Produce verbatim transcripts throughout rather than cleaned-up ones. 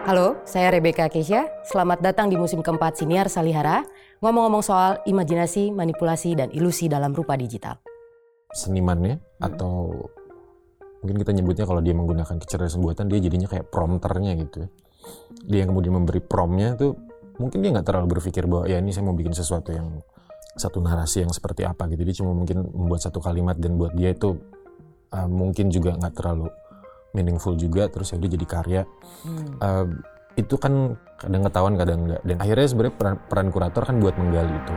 Halo, saya Rebecca Keisha. Selamat datang di musim keempat Siniar Salihara, ngomong-ngomong soal imajinasi, manipulasi, dan ilusi dalam rupa digital. Senimannya hmm. atau mungkin kita nyebutnya kalau dia menggunakan kecerdasan buatan, dia jadinya kayak prompternya gitu ya. Dia yang kemudian memberi promptnya tuh mungkin dia nggak terlalu berpikir bahwa ya ini saya mau bikin sesuatu yang satu narasi yang seperti apa gitu. Dia cuma mungkin membuat satu kalimat dan buat dia itu uh, mungkin juga nggak terlalu meaningful juga, terus ya udah jadi karya. Hmm. Uh, itu kan kadang ketahuan kadang enggak, dan akhirnya sebenarnya peran, peran kurator kan buat menggali itu.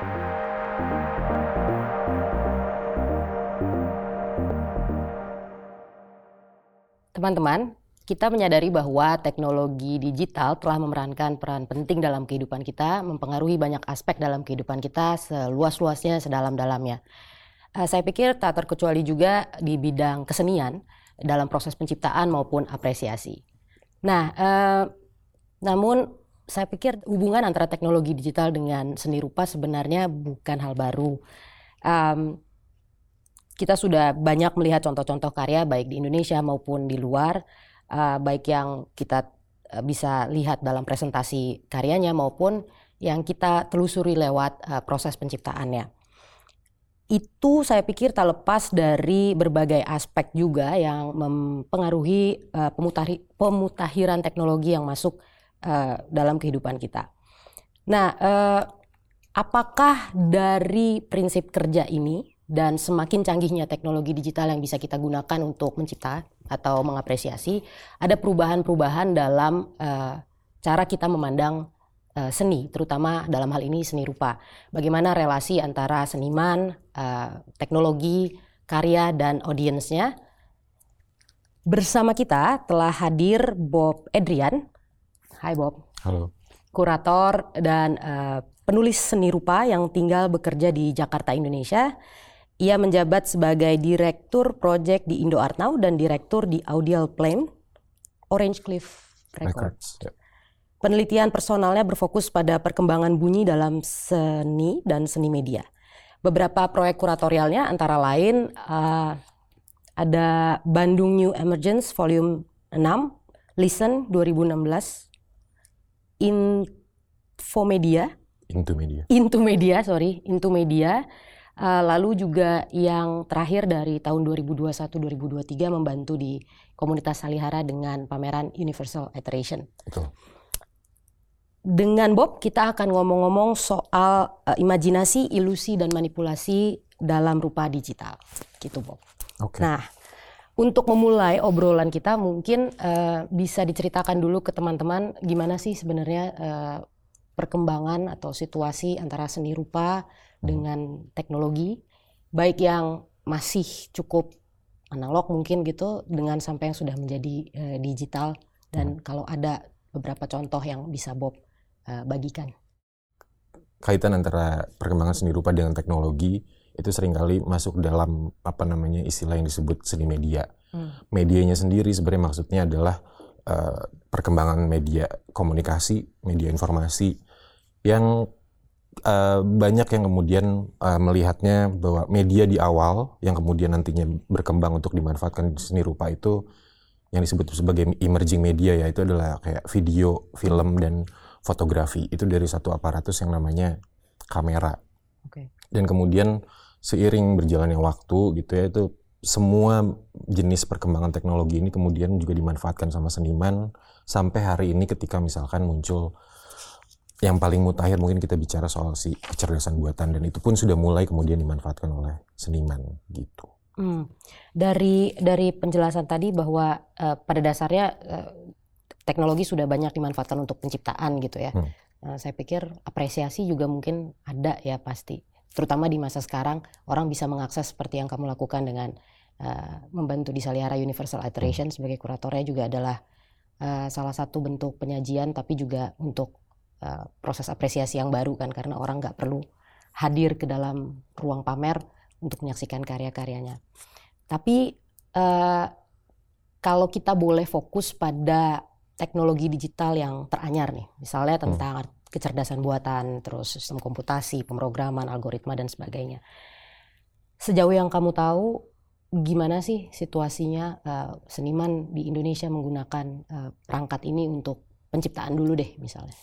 Teman-teman, kita menyadari bahwa teknologi digital telah memerankan peran penting dalam kehidupan kita, mempengaruhi banyak aspek dalam kehidupan kita seluas-luasnya, sedalam-dalamnya. Uh, saya pikir tak terkecuali juga di bidang kesenian, dalam proses penciptaan maupun apresiasi. Nah, eh, namun saya pikir hubungan antara teknologi digital dengan seni rupa sebenarnya bukan hal baru. Um, kita sudah banyak melihat contoh-contoh karya baik di Indonesia maupun di luar, uh, baik yang kita uh, bisa lihat dalam presentasi karyanya maupun yang kita telusuri lewat uh, proses penciptaannya. Itu saya pikir tak lepas dari berbagai aspek juga yang mempengaruhi uh, pemutari, pemutahiran teknologi yang masuk uh, dalam kehidupan kita. Nah, uh, apakah dari prinsip kerja ini dan semakin canggihnya teknologi digital yang bisa kita gunakan untuk mencipta atau mengapresiasi, ada perubahan-perubahan dalam uh, cara kita memandang Uh, seni, terutama dalam hal ini seni rupa. Bagaimana relasi antara seniman, uh, teknologi, karya, dan audiensnya. Bersama kita telah hadir Bob Edrian. Hai Bob. Halo. Kurator dan uh, penulis seni rupa yang tinggal bekerja di Jakarta, Indonesia. Ia menjabat sebagai Direktur Project di Indo Art Now dan Direktur di Audial Plane, Orange Cliff Records. Records yeah. Penelitian personalnya berfokus pada perkembangan bunyi dalam seni dan seni media. Beberapa proyek kuratorialnya antara lain uh, ada Bandung New Emergence Volume enam, Listen dua ribu enam belas, Infomedia, Into Media, Into Media, sorry, Into Media. Uh, lalu juga yang terakhir dari tahun dua ribu dua puluh satu dua ribu dua puluh tiga membantu di komunitas Salihara dengan pameran Universal Iteration. Betul. Dengan Bob kita akan ngomong-ngomong soal uh, imajinasi, ilusi, dan manipulasi dalam rupa digital. Gitu Bob. Okay. Nah, untuk memulai obrolan kita mungkin uh, bisa diceritakan dulu ke teman-teman gimana sih sebenarnya uh, perkembangan atau situasi antara seni rupa hmm. dengan teknologi. Baik yang masih cukup analog mungkin gitu dengan sampai yang sudah menjadi uh, digital. Dan hmm. kalau ada beberapa contoh yang bisa Bob Uh, bagikan. Kaitan antara perkembangan seni rupa dengan teknologi itu seringkali masuk dalam apa namanya istilah yang disebut seni media. Hmm. Medianya sendiri sebenarnya maksudnya adalah uh, perkembangan media komunikasi, media informasi yang uh, banyak yang kemudian uh, melihatnya bahwa media di awal yang kemudian nantinya berkembang untuk dimanfaatkan di seni rupa itu yang disebut sebagai emerging media, yaitu adalah kayak video, film, dan fotografi. Itu dari satu aparatus yang namanya kamera. Okay. Dan kemudian seiring berjalannya waktu gitu ya, itu semua jenis perkembangan teknologi ini kemudian juga dimanfaatkan sama seniman sampai hari ini ketika misalkan muncul yang paling mutakhir mungkin kita bicara soal si kecerdasan buatan, dan itu pun sudah mulai kemudian dimanfaatkan oleh seniman gitu. Hmm. Dari dari penjelasan tadi bahwa uh, pada dasarnya uh, teknologi sudah banyak dimanfaatkan untuk penciptaan gitu ya. Hmm. Uh, saya pikir apresiasi juga mungkin ada ya pasti. Terutama di masa sekarang orang bisa mengakses seperti yang kamu lakukan dengan uh, membantu di Salihara Universal Iteration hmm. sebagai kuratornya juga adalah uh, salah satu bentuk penyajian, tapi juga untuk uh, proses apresiasi yang baru kan, karena orang nggak perlu hadir ke dalam ruang pamer untuk menyaksikan karya-karyanya. Tapi uh, kalau kita boleh fokus pada teknologi digital yang teranyar nih, misalnya tentang hmm. kecerdasan buatan, terus sistem komputasi, pemrograman, algoritma, dan sebagainya. Sejauh yang kamu tahu, gimana sih situasinya uh, seniman di Indonesia menggunakan uh, perangkat ini untuk penciptaan dulu deh misalnya.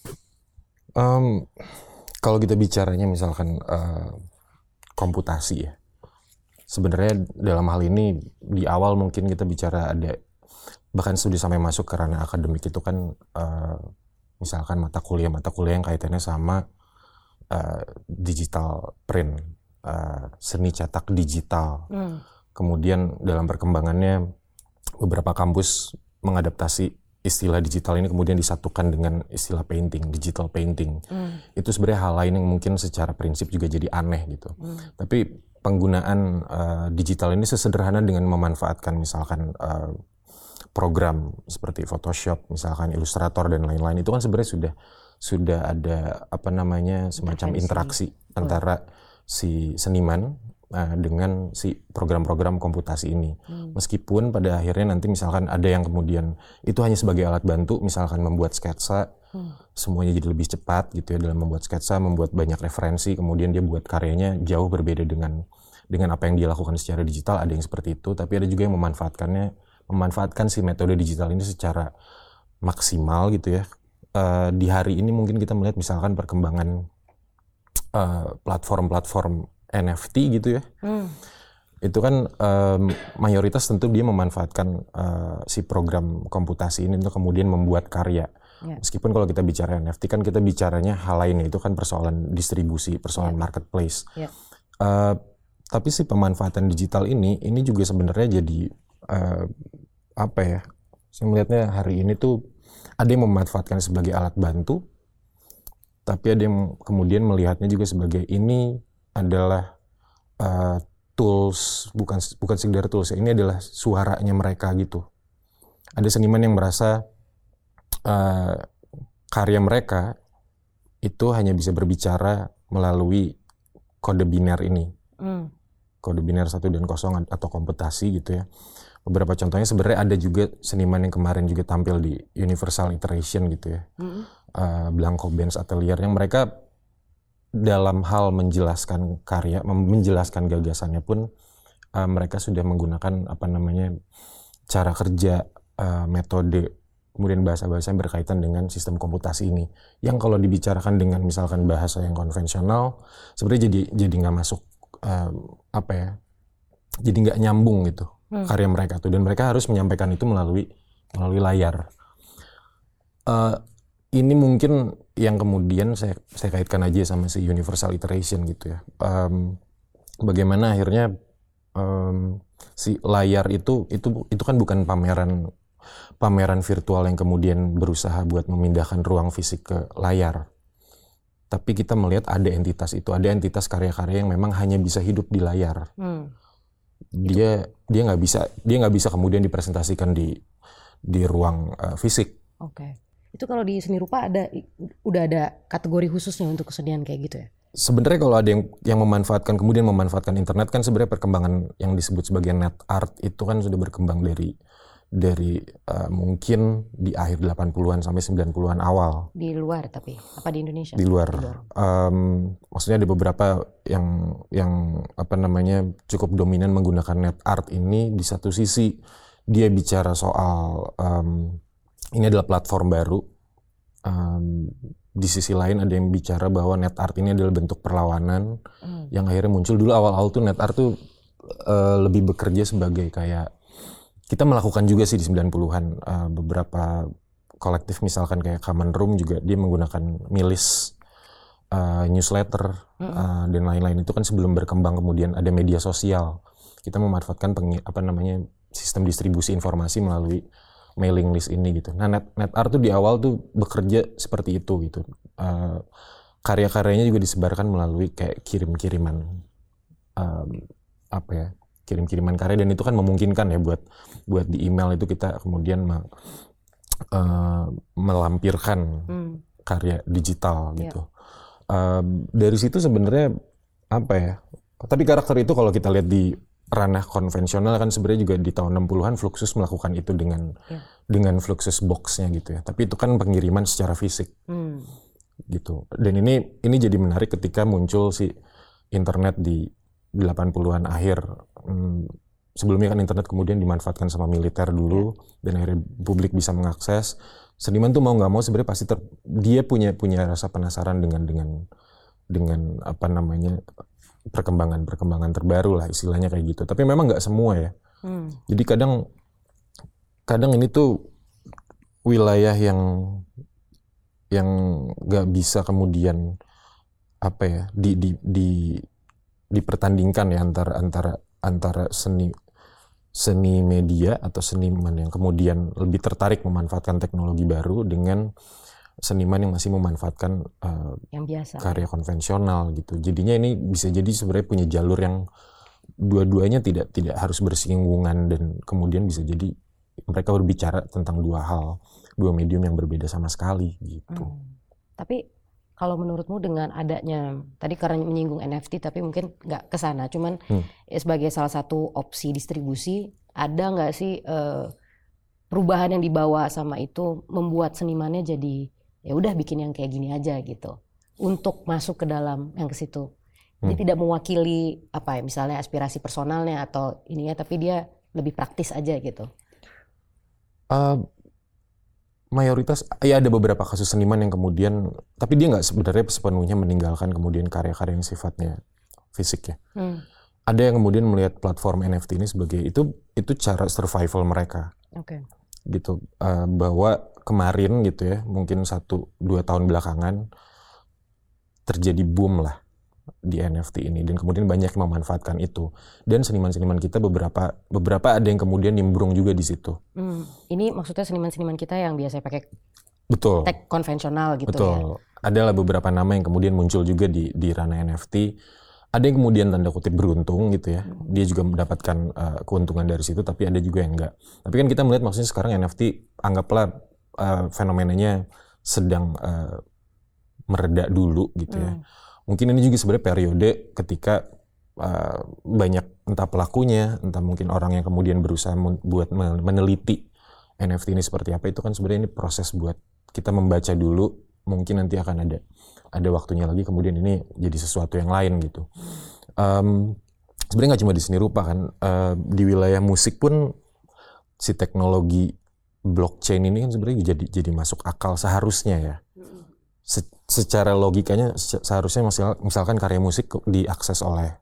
Um, kalau kita bicaranya misalkan uh, komputasi ya, sebenarnya dalam hal ini di awal mungkin kita bicara ada, bahkan sudah sampai masuk ke ranah akademik itu kan uh, misalkan mata kuliah mata kuliah yang kaitannya sama uh, digital print, uh, seni cetak digital. Hmm. Kemudian dalam perkembangannya beberapa kampus mengadaptasi istilah digital ini kemudian disatukan dengan istilah painting, digital painting. Hmm. Itu sebenarnya hal lain yang mungkin secara prinsip juga jadi aneh gitu. Hmm. Tapi penggunaan uh, digital ini sesederhana dengan memanfaatkan misalkan uh, program seperti Photoshop, misalkan Illustrator dan lain-lain, itu kan sebenarnya sudah sudah ada apa namanya semacam interaksi oh. antara si seniman uh, dengan si program-program komputasi ini. Hmm. Meskipun pada akhirnya nanti misalkan ada yang kemudian itu hanya sebagai alat bantu, misalkan membuat sketsa, hmm. semuanya jadi lebih cepat gitu ya dalam membuat sketsa, membuat banyak referensi, kemudian dia buat karyanya jauh berbeda dengan dengan apa yang dia lakukan secara digital, ada yang seperti itu, tapi ada juga yang memanfaatkannya, memanfaatkan si metode digital ini secara maksimal gitu ya. Uh, di hari ini mungkin kita melihat misalkan perkembangan uh, platform-platform N F T gitu ya. Hmm. Itu kan um, mayoritas tentu dia memanfaatkan uh, si program komputasi ini untuk kemudian membuat karya. Yeah. Meskipun kalau kita bicara N F T kan kita bicaranya hal lainnya, itu kan persoalan distribusi, persoalan yeah. marketplace. Yeah. Uh, tapi si pemanfaatan digital ini, ini juga sebenarnya jadi uh, apa ya? Saya melihatnya hari ini tuh ada yang memanfaatkan sebagai alat bantu, tapi ada yang kemudian melihatnya juga sebagai ini adalah uh, tools, bukan bukan sekedar tools ya, ini adalah suaranya mereka gitu. Ada seniman yang merasa uh, karya mereka itu hanya bisa berbicara melalui kode biner ini, mm. kode biner satu dan kosong atau komputasi gitu ya. Beberapa contohnya sebenarnya ada juga seniman yang kemarin juga tampil di Universal Iteration gitu ya, mm. uh, Blanco Benz Atelier, yang mereka dalam hal menjelaskan karya, menjelaskan gagasannya pun uh, mereka sudah menggunakan apa namanya cara kerja, uh, metode, kemudian bahasa-bahasa yang berkaitan dengan sistem komputasi ini. Yang kalau dibicarakan dengan misalkan bahasa yang konvensional, sebenarnya jadi jadi nggak masuk uh, apa ya, jadi nggak nyambung gitu hmm. karya mereka tuh, dan mereka harus menyampaikan itu melalui melalui layar. Uh, Ini mungkin yang kemudian saya saya kaitkan aja sama si Universal Iteration gitu ya. Um, bagaimana akhirnya um, si layar itu itu itu kan bukan pameran pameran virtual yang kemudian berusaha buat memindahkan ruang fisik ke layar. Tapi kita melihat ada entitas itu, ada entitas karya-karya yang memang hanya bisa hidup di layar. Hmm. Dia itu. dia nggak bisa dia nggak bisa kemudian dipresentasikan di di ruang uh, fisik. Oke. Okay. Itu kalau di seni rupa ada udah ada kategori khususnya untuk kesenian kayak gitu ya? Sebenarnya kalau ada yang yang memanfaatkan kemudian memanfaatkan internet, kan sebenarnya perkembangan yang disebut sebagai net art itu kan sudah berkembang dari dari uh, mungkin di akhir delapan puluhan sampai sembilan puluhan awal. Di luar tapi apa di Indonesia? Di luar. Di luar. Um, maksudnya ada beberapa yang yang apa namanya cukup dominan menggunakan net art ini. Di satu sisi dia bicara soal um, ini adalah platform baru. Um, di sisi lain ada yang bicara bahwa net art ini adalah bentuk perlawanan mm. yang akhirnya muncul. Dulu awal-awal tuh net art tuh uh, lebih bekerja sebagai kayak, kita melakukan juga sih di sembilan puluhan, uh, beberapa kolektif misalkan kayak Common Room juga dia menggunakan milis, uh, newsletter mm. uh, dan lain-lain. Itu kan sebelum berkembang kemudian ada media sosial. Kita memanfaatkan peng, apa namanya sistem distribusi informasi melalui mailing list ini gitu. Nah, net, net art tuh di awal tuh bekerja seperti itu gitu. Uh, karya-karyanya juga disebarkan melalui kayak kirim-kiriman um, apa ya, kirim-kiriman karya, dan itu kan memungkinkan ya buat buat di email itu kita kemudian me, uh, melampirkan hmm. karya digital gitu. Yeah. Uh, dari situ sebenarnya apa ya? Tapi karakter itu kalau kita lihat di ranah konvensional kan sebenarnya juga di tahun enam puluhan Fluxus melakukan itu dengan ya. dengan Fluxus box-nya gitu ya. Tapi itu kan pengiriman secara fisik. Hmm. Gitu. Dan ini ini jadi menarik ketika muncul si internet di delapan puluhan akhir. Hmm, sebelumnya kan internet kemudian dimanfaatkan sama militer dulu ya. Dan akhirnya publik bisa mengakses. seniman tuh mau nggak mau sebenarnya pasti ter, dia punya punya rasa penasaran dengan dengan dengan apa namanya perkembangan-perkembangan terbaru lah istilahnya kayak gitu. Tapi memang nggak semua ya. Hmm. Jadi kadang kadang ini tuh wilayah yang yang nggak bisa kemudian apa ya di di di dipertandingkan ya antara antara antara seni seni media atau seniman yang kemudian lebih tertarik memanfaatkan teknologi baru dengan seniman yang masih memanfaatkan uh, yang biasa karya konvensional gitu. Jadinya ini bisa jadi sebenarnya punya jalur yang dua-duanya tidak tidak harus bersinggungan dan kemudian bisa jadi mereka berbicara tentang dua hal, dua medium yang berbeda sama sekali gitu. Hmm. Tapi kalau menurutmu dengan adanya, tadi karena menyinggung N F T tapi mungkin nggak ke sana, cuman hmm. sebagai salah satu opsi distribusi, ada nggak sih uh, perubahan yang dibawa sama itu membuat senimannya jadi ya udah bikin yang kayak gini aja gitu, untuk masuk ke dalam yang ke situ. Dia hmm. tidak mewakili apa ya, misalnya aspirasi personalnya atau ininya, tapi dia lebih praktis aja gitu. Uh, mayoritas ya ada beberapa kasus seniman yang kemudian tapi dia nggak sebenarnya sepenuhnya meninggalkan kemudian karya-karya yang sifatnya fisik ya. Hmm. Ada yang kemudian melihat platform N F T ini sebagai itu itu cara survival mereka. Oke. Okay. Gitu uh, bahwa kemarin gitu ya mungkin satu dua tahun belakangan terjadi boom lah di N F T ini dan kemudian banyak yang memanfaatkan itu dan seniman-seniman kita beberapa beberapa ada yang kemudian nimbrung juga di situ. Hmm. Ini maksudnya seniman-seniman kita yang biasa pakai betul tag konvensional gitu. Betul. Ya. Adalah beberapa nama yang kemudian muncul juga di di ranah N F T. Ada yang kemudian tanda kutip beruntung gitu ya. Hmm. Dia juga mendapatkan uh, keuntungan dari situ tapi ada juga yang enggak. Tapi kan kita melihat maksudnya sekarang N F T anggaplah uh, fenomenanya sedang uh, mereda dulu gitu hmm. ya. Mungkin ini juga sebenarnya periode ketika uh, banyak entah pelakunya, entah mungkin orang yang kemudian berusaha men- buat meneliti N F T ini seperti apa, itu kan sebenarnya ini proses buat kita membaca dulu, mungkin nanti akan ada ada waktunya lagi kemudian ini jadi sesuatu yang lain gitu. Um, sebenarnya nggak cuma di seni rupa kan, uh, di wilayah musik pun si teknologi blockchain ini kan sebenarnya jadi jadi masuk akal seharusnya ya. Se- secara logikanya seharusnya misalkan karya musik diakses oleh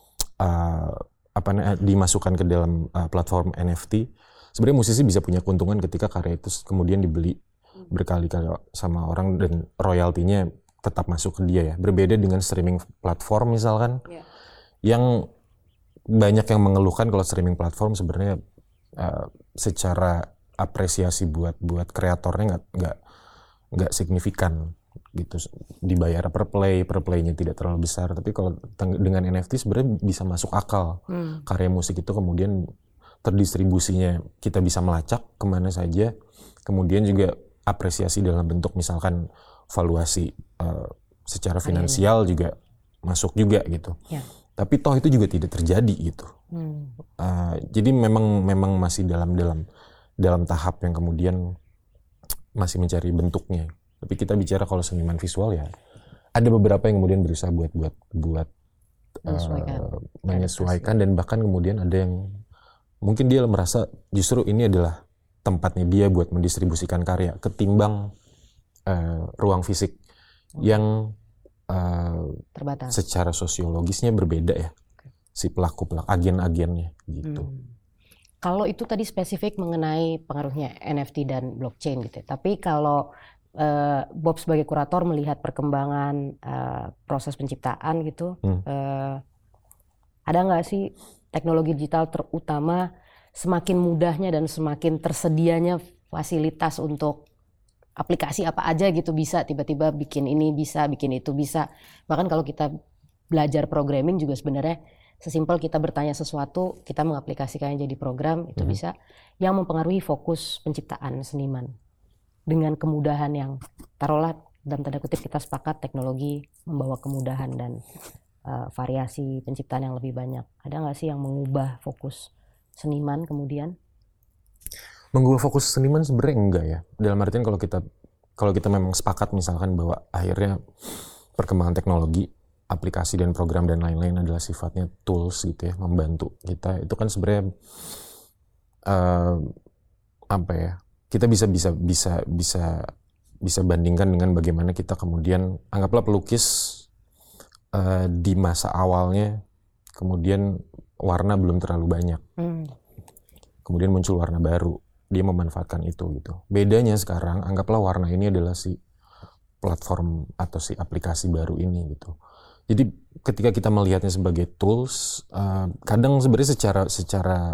uh, apa dimasukkan ke dalam uh, platform N F T, sebenarnya musisi bisa punya keuntungan ketika karya itu kemudian dibeli berkali-kali sama orang dan royaltinya tetap masuk ke dia ya. Berbeda dengan streaming platform misalkan yeah. yang banyak yang mengeluhkan kalau streaming platform sebenarnya uh, secara apresiasi buat buat kreatornya nggak nggak nggak signifikan gitu, dibayar per play, per playnya tidak terlalu besar. Tapi kalau teng- dengan N F T sebenarnya bisa masuk akal. Hmm. Karya musik itu kemudian terdistribusinya kita bisa melacak kemana saja. Kemudian juga apresiasi dalam bentuk misalkan valuasi uh, secara finansial juga masuk juga gitu. Ya. Tapi toh itu juga tidak terjadi gitu. Hmm. Uh, jadi memang memang masih dalam dalam dalam tahap yang kemudian masih mencari bentuknya. Tapi kita bicara kalau seniman visual ya ada beberapa yang kemudian berusaha buat buat buat menyesuaikan, uh, menyesuaikan dan bahkan kemudian ada yang mungkin dia merasa justru ini adalah tempatnya dia buat mendistribusikan karya ketimbang uh, ruang fisik hmm. yang uh, terbatas. Secara sosiologisnya berbeda ya. Okay. Si pelaku-pelaku agen-agennya gitu. Hmm. Kalau itu tadi spesifik mengenai pengaruhnya N F T dan blockchain gitu. Tapi kalau Uh, Bob sebagai kurator melihat perkembangan uh, proses penciptaan gitu, hmm. uh, ada nggak sih teknologi digital terutama semakin mudahnya dan semakin tersedianya fasilitas untuk aplikasi apa aja gitu bisa tiba-tiba bikin ini bisa, bikin itu bisa. Bahkan kalau kita belajar programming juga sebenarnya sesimpel kita bertanya sesuatu, kita mengaplikasikannya jadi program itu hmm. bisa, yang mempengaruhi fokus penciptaan seniman. Dengan kemudahan yang taruhlah dalam tanda kutip kita sepakat teknologi membawa kemudahan dan uh, variasi penciptaan yang lebih banyak. Ada nggak sih yang mengubah fokus seniman kemudian? Mengubah fokus seniman sebenarnya enggak ya. Dalam artian kalau kita kalau kita memang sepakat misalkan bahwa akhirnya perkembangan teknologi, aplikasi dan program dan lain-lain adalah sifatnya tools gitu ya, membantu kita. Itu kan sebenarnya uh, apa ya? kita bisa bisa bisa bisa bisa bandingkan dengan bagaimana kita kemudian anggaplah pelukis uh, di masa awalnya, kemudian warna belum terlalu banyak, hmm. kemudian muncul warna baru, dia memanfaatkan itu gitu. Bedanya sekarang, anggaplah warna ini adalah si platform atau si aplikasi baru ini gitu. Jadi ketika kita melihatnya sebagai tools, uh, kadang sebenarnya secara secara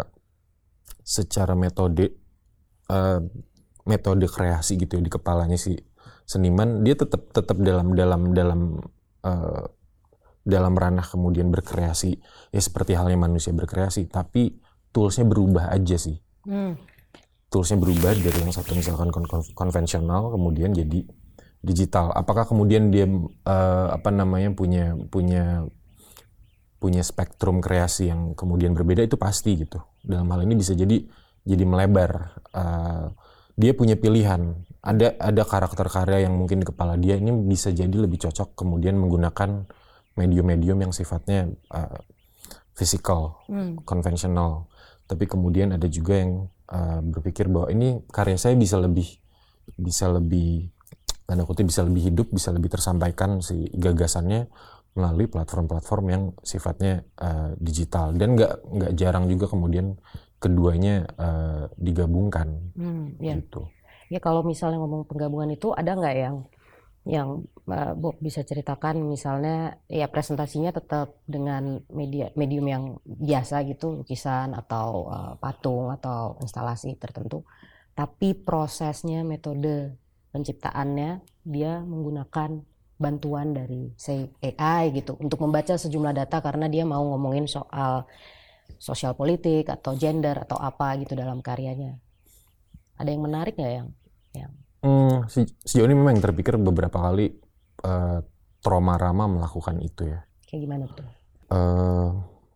secara metode uh, metode kreasi gitu ya di kepalanya si seniman, dia tetap tetap dalam dalam dalam uh, dalam ranah kemudian berkreasi ya seperti halnya manusia berkreasi, tapi toolsnya berubah aja sih. Hmm. Toolsnya berubah dari yang satu misalkan kon- konvensional kemudian jadi digital. Apakah kemudian dia uh, apa namanya punya punya punya spektrum kreasi yang kemudian berbeda, itu pasti gitu. Dalam hal ini bisa jadi jadi melebar. Uh, dia punya pilihan. Ada ada karakter karya yang mungkin di kepala dia ini bisa jadi lebih cocok kemudian menggunakan medium-medium yang sifatnya uh, physical, hmm. konvensional. Tapi kemudian ada juga yang uh, berpikir bahwa ini karya saya bisa lebih bisa lebih tanda kutip bisa lebih hidup, bisa lebih tersampaikan si gagasannya melalui platform-platform yang sifatnya uh, digital. Dan nggak nggak jarang juga kemudian keduanya uh, digabungkan, hmm, ya. Gitu. Ya kalau misalnya ngomong penggabungan itu ada nggak yang yang uh, Bob bisa ceritakan misalnya ya presentasinya tetap dengan media medium yang biasa gitu, lukisan atau uh, patung atau instalasi tertentu, tapi prosesnya metode penciptaannya dia menggunakan bantuan dari say A I gitu untuk membaca sejumlah data karena dia mau ngomongin soal sosial politik atau gender atau apa gitu dalam karyanya. Ada yang menarik nggak yang yang hmm, sejauh ini memang terpikir beberapa kali uh, Troma Rama melakukan itu ya. Kayak gimana tuh? Uh,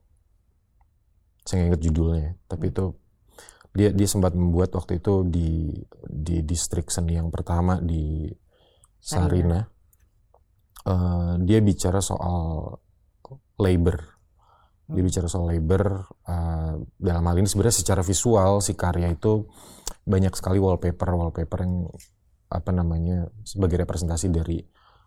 saya nggak ingat judulnya, tapi hmm. itu dia dia sempat membuat waktu itu di di distrik seni yang pertama di Sarina. Uh, dia bicara soal labor. Dia bicara soal labor, uh, dalam hal ini sebenarnya secara visual si karya itu banyak sekali wallpaper wallpaper yang apa namanya sebagai representasi dari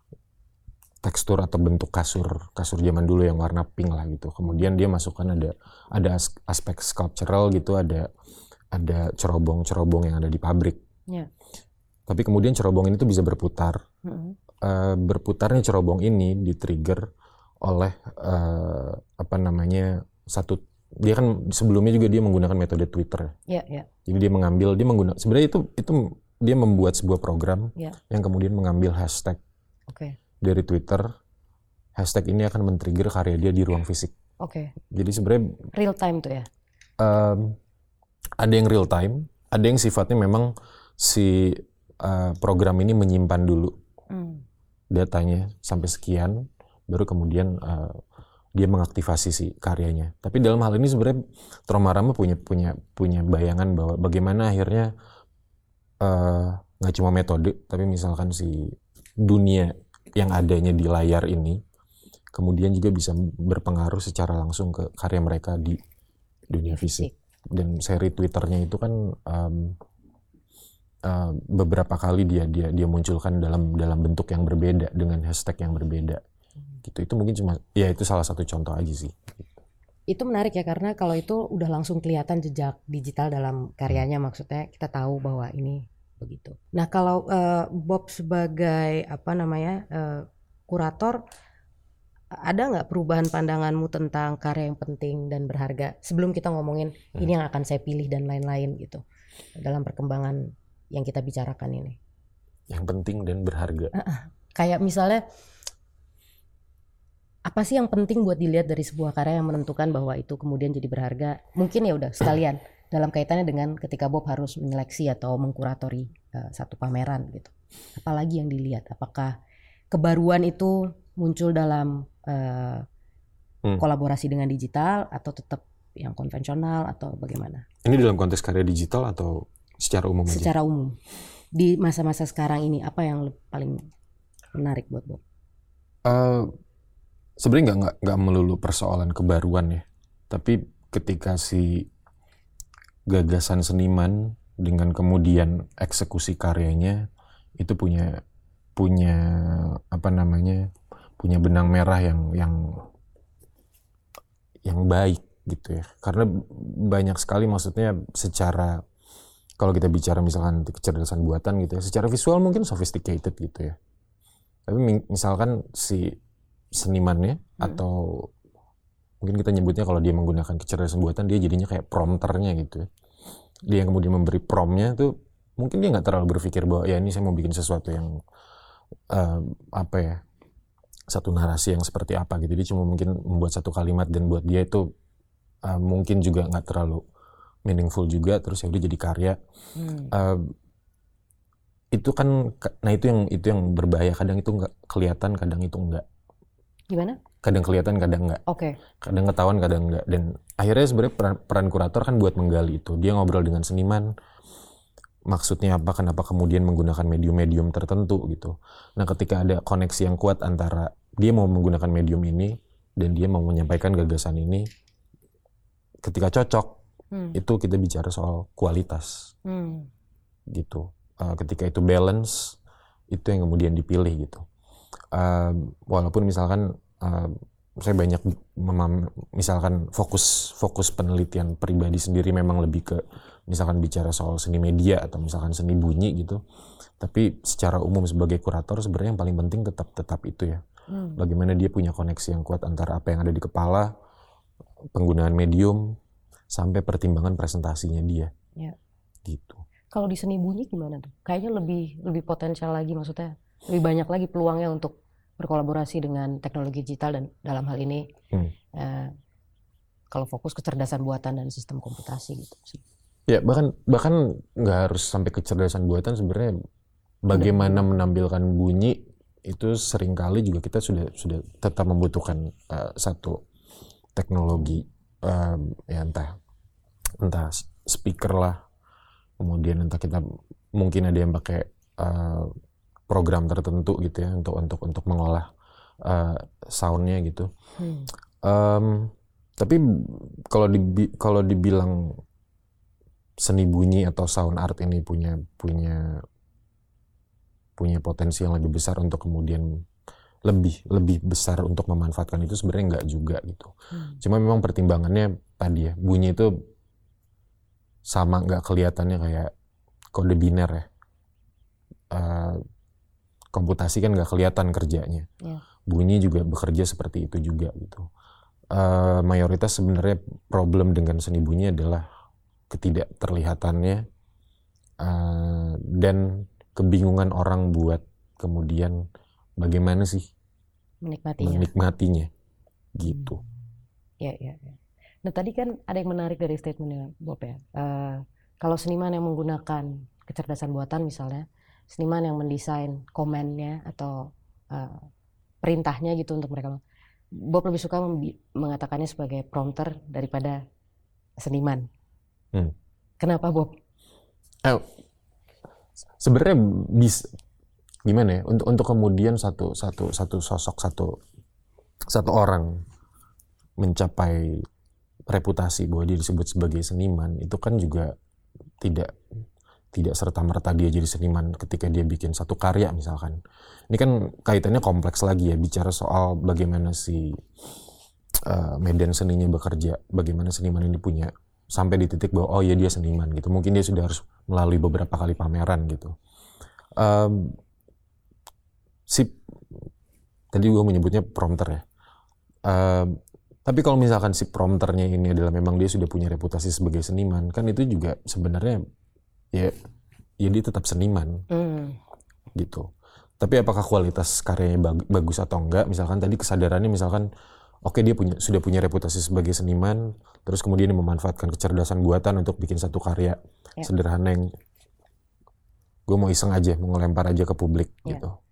tekstur atau bentuk kasur kasur zaman dulu yang warna pink lah gitu. Kemudian dia masukkan ada ada aspek sculptural gitu, ada ada cerobong-cerobong yang ada di pabrik. Yeah. Tapi kemudian cerobong ini tuh bisa berputar. Mm-hmm. Uh, berputarnya cerobong ini di-trigger oleh uh, apa namanya satu, dia kan sebelumnya juga dia menggunakan metode Twitter. Yeah, yeah. Jadi dia mengambil dia menggunakan sebenarnya itu itu dia membuat sebuah program yeah. yang kemudian mengambil hashtag okay. dari Twitter. Hashtag ini akan men-trigger karya dia di ruang fisik. Oke. Okay. Jadi sebenarnya real time tuh ya. Um, ada yang real time, ada yang sifatnya memang si uh, program ini menyimpan dulu mm. datanya sampai sekian. Baru kemudian uh, dia mengaktifasi si karyanya. Tapi dalam hal ini sebenarnya Troma Rama punya punya punya bayangan bahwa bagaimana akhirnya nggak uh, cuma metode, tapi misalkan si dunia yang adanya di layar ini kemudian juga bisa berpengaruh secara langsung ke karya mereka di dunia fisik. Dan seri Twitternya itu kan um, uh, beberapa kali dia dia dia munculkan dalam dalam bentuk yang berbeda dengan hashtag yang berbeda. Gitu. Itu mungkin cuma ya itu salah satu contoh aja sih. Itu menarik ya karena kalau itu udah langsung kelihatan jejak digital dalam karyanya, maksudnya kita tahu bahwa ini begitu. Nah kalau uh, Bob sebagai apa namanya uh, kurator, ada nggak perubahan pandanganmu tentang karya yang penting dan berharga sebelum kita ngomongin hmm. ini yang akan saya pilih dan lain-lain gitu dalam perkembangan yang kita bicarakan ini? Yang penting dan berharga. Uh-uh. Kayak misalnya apa sih yang penting buat dilihat dari sebuah karya yang menentukan bahwa itu kemudian jadi berharga? Mungkin ya udah sekalian dalam kaitannya dengan ketika Bob harus menyeleksi atau mengkuratori uh, satu pameran gitu. Apalagi yang dilihat? Apakah kebaruan itu muncul dalam uh, hmm. kolaborasi dengan digital atau tetap yang konvensional atau bagaimana? Ini dalam konteks karya digital atau secara umum aja? Secara umum. Di masa-masa sekarang ini apa yang paling menarik buat Bob? Uh, Sebenarnya nggak nggak melulu persoalan kebaruan ya, tapi ketika si gagasan seniman dengan kemudian eksekusi karyanya itu punya punya apa namanya punya benang merah yang yang yang baik gitu ya, karena banyak sekali maksudnya secara kalau kita bicara misalkan kecerdasan buatan gitu ya, secara visual mungkin sophisticated gitu ya, tapi misalkan si senimannya hmm. atau mungkin kita nyebutnya kalau dia menggunakan kecerdasan buatan dia jadinya kayak prompternya gitu ya, dia yang kemudian memberi promptnya tuh mungkin dia nggak terlalu berpikir bahwa ya ini saya mau bikin sesuatu yang uh, apa ya satu narasi yang seperti apa gitu, dia cuma mungkin membuat satu kalimat dan buat dia itu uh, mungkin juga nggak terlalu meaningful juga, terus ya udah jadi karya. hmm. uh, itu kan nah itu yang itu yang berbahaya, kadang itu nggak kelihatan, kadang itu enggak. Gimana? Kadang kelihatan, kadang enggak. Oke. Okay. Kadang ketahuan, kadang enggak. Dan akhirnya sebenarnya peran, peran kurator kan buat menggali itu. Dia ngobrol dengan seniman, maksudnya apa, kenapa kemudian menggunakan medium-medium tertentu gitu. Nah ketika ada koneksi yang kuat antara dia mau menggunakan medium ini dan dia mau menyampaikan gagasan ini, ketika cocok, hmm. itu kita bicara soal kualitas. Hmm. Gitu. Uh, ketika itu balance, itu yang kemudian dipilih gitu. Uh, walaupun misalkan Uh, saya banyak memam, misalkan fokus fokus penelitian pribadi sendiri memang lebih ke misalkan bicara soal seni media atau misalkan seni bunyi gitu, tapi secara umum sebagai kurator sebenarnya yang paling penting tetap tetap itu ya, hmm. bagaimana dia punya koneksi yang kuat antara apa yang ada di kepala, penggunaan medium sampai pertimbangan presentasinya dia, ya. Gitu. Kalau di seni bunyi gimana tuh? Kayaknya lebih lebih potensial lagi, maksudnya lebih banyak lagi peluangnya untuk berkolaborasi dengan teknologi digital, dan dalam hal ini hmm. uh, kalau fokus kecerdasan buatan dan sistem komputasi gitu sih. Ya bahkan bahkan nggak harus sampai kecerdasan buatan, sebenarnya bagaimana Udah. menampilkan bunyi itu seringkali juga kita sudah sudah tetap membutuhkan uh, satu teknologi, um, ya entah entah speaker lah, kemudian entah kita mungkin ada yang pakai uh, program tertentu gitu ya untuk untuk untuk mengolah uh, soundnya gitu. Hmm. Um, tapi kalau di kalau dibilang seni bunyi atau sound art ini punya punya punya potensi yang lebih besar untuk kemudian lebih lebih besar untuk memanfaatkan itu, sebenarnya nggak juga gitu. Hmm. Cuma memang pertimbangannya tadi ya, bunyi itu sama nggak kelihatannya kayak kode biner ya. Uh, Komputasi kan nggak kelihatan kerjanya, yeah. Bunyi juga bekerja seperti itu juga gitu. Uh, mayoritas sebenarnya problem dengan seni bunyi adalah ketidakterlihatannya uh, dan kebingungan orang buat kemudian bagaimana sih menikmatinya, menikmatinya gitu. Hmm. Ya, ya, ya. Nah tadi kan ada yang menarik dari statementnya Bob ya. Uh, kalau seniman yang menggunakan kecerdasan buatan misalnya, seniman yang mendesain komennya atau uh, perintahnya gitu untuk mereka, Bob lebih suka membi- mengatakannya sebagai prompter daripada seniman. Hmm. Kenapa Bob? Eh, sebenarnya bisa gimana ya, untuk untuk kemudian satu satu satu sosok satu satu orang mencapai reputasi bahwa dia disebut sebagai seniman, itu kan juga tidak tidak serta-merta dia jadi seniman ketika dia bikin satu karya misalkan. Ini kan kaitannya kompleks lagi ya, bicara soal bagaimana si uh, medan seninya bekerja, bagaimana seniman ini punya sampai di titik bahwa oh ya dia seniman gitu. Mungkin dia sudah harus melalui beberapa kali pameran gitu. Um, si tadi gue menyebutnya prompter ya. Um, tapi kalau misalkan si prompternya ini adalah memang dia sudah punya reputasi sebagai seniman, kan itu juga sebenarnya ya, ya dia tetap seniman, mm. gitu. Tapi apakah kualitas karyanya bag, bagus atau enggak? Misalkan tadi kesadarannya, misalkan, oke okay, dia punya sudah punya reputasi sebagai seniman, terus kemudian dia memanfaatkan kecerdasan buatan untuk bikin satu karya yeah. sederhana yang gue mau iseng aja, mau ngelempar aja ke publik, yeah. gitu.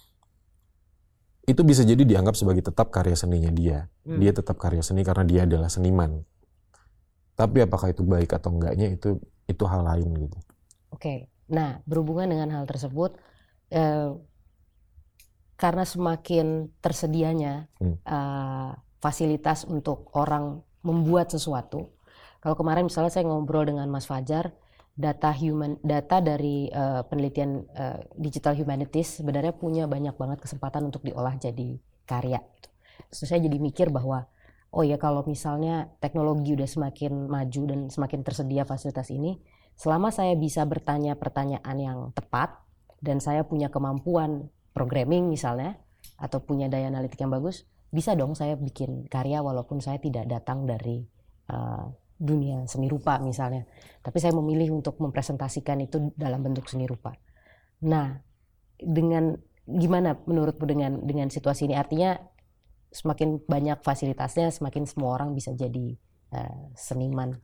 Itu bisa jadi dianggap sebagai tetap karya seninya dia. Mm. Dia tetap karya seni karena dia adalah seniman. Tapi apakah itu baik atau enggaknya itu itu hal lain gitu. Oke, nah berhubungan dengan hal tersebut, eh, karena semakin tersedianya hmm. eh, fasilitas untuk orang membuat sesuatu. Kalau kemarin misalnya saya ngobrol dengan Mas Fajar, data human data dari uh, penelitian uh, digital humanities sebenarnya punya banyak banget kesempatan untuk diolah jadi karya gitu. Terus saya jadi mikir bahwa oh ya kalau misalnya teknologi udah semakin maju dan semakin tersedia fasilitas ini, selama saya bisa bertanya pertanyaan yang tepat dan saya punya kemampuan programming misalnya atau punya daya analitik yang bagus, bisa dong saya bikin karya walaupun saya tidak datang dari uh, dunia seni rupa misalnya, tapi saya memilih untuk mempresentasikan itu dalam bentuk seni rupa. Nah, dengan gimana menurutmu dengan dengan situasi ini? Artinya semakin banyak fasilitasnya, semakin semua orang bisa jadi uh, seniman.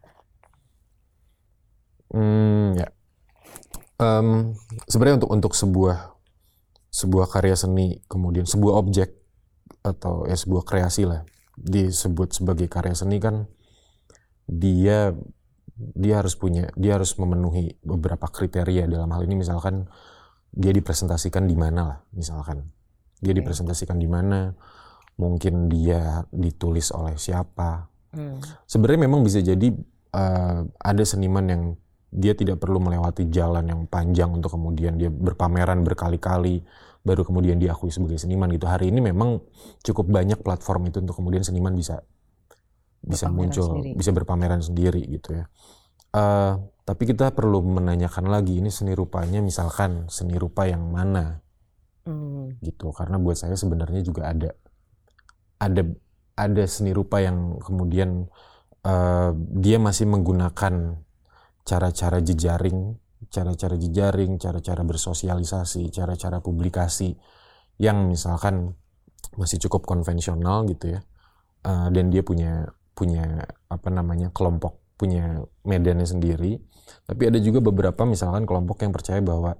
Hmm, ya. Um, sebenarnya untuk untuk sebuah sebuah karya seni, kemudian sebuah objek atau ya sebuah kreasi lah disebut sebagai karya seni kan, dia dia harus punya dia harus memenuhi beberapa kriteria. Dalam hal ini misalkan dia dipresentasikan di mana lah, misalkan dia dipresentasikan di mana, mungkin dia ditulis oleh siapa. Hmm. Sebenarnya memang bisa jadi uh, ada seniman yang dia tidak perlu melewati jalan yang panjang untuk kemudian dia berpameran berkali-kali baru kemudian diakui sebagai seniman gitu. Hari ini memang cukup banyak platform itu untuk kemudian seniman bisa bisa muncul, sendiri. Bisa berpameran sendiri gitu ya. Uh, tapi kita perlu menanyakan lagi, ini seni rupanya misalkan seni rupa yang mana, hmm. gitu. Karena buat saya sebenarnya juga ada ada ada seni rupa yang kemudian uh, dia masih menggunakan cara-cara jejaring, cara-cara jejaring, cara-cara bersosialisasi, cara-cara publikasi yang misalkan masih cukup konvensional gitu ya. Uh, dan dia punya punya apa namanya kelompok, punya medannya sendiri. Tapi ada juga beberapa misalkan kelompok yang percaya bahwa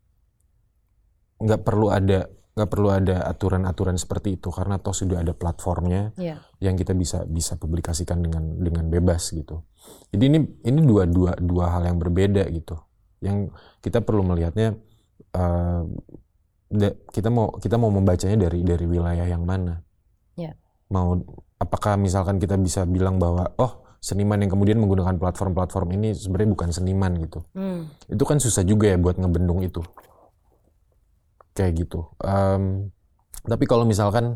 nggak perlu ada nggak perlu ada aturan-aturan seperti itu karena toh sudah ada platformnya, yeah. yang kita bisa bisa publikasikan dengan dengan bebas gitu. Jadi ini ini dua dua dua hal yang berbeda gitu. Yang kita perlu melihatnya, uh, de, kita mau kita mau membacanya dari dari wilayah yang mana. Yeah. Mau apakah misalkan kita bisa bilang bahwa oh seniman yang kemudian menggunakan platform-platform ini sebenarnya bukan seniman gitu. Hmm. Itu kan susah juga ya buat ngebendung itu. Kayak gitu. Um, tapi kalau misalkan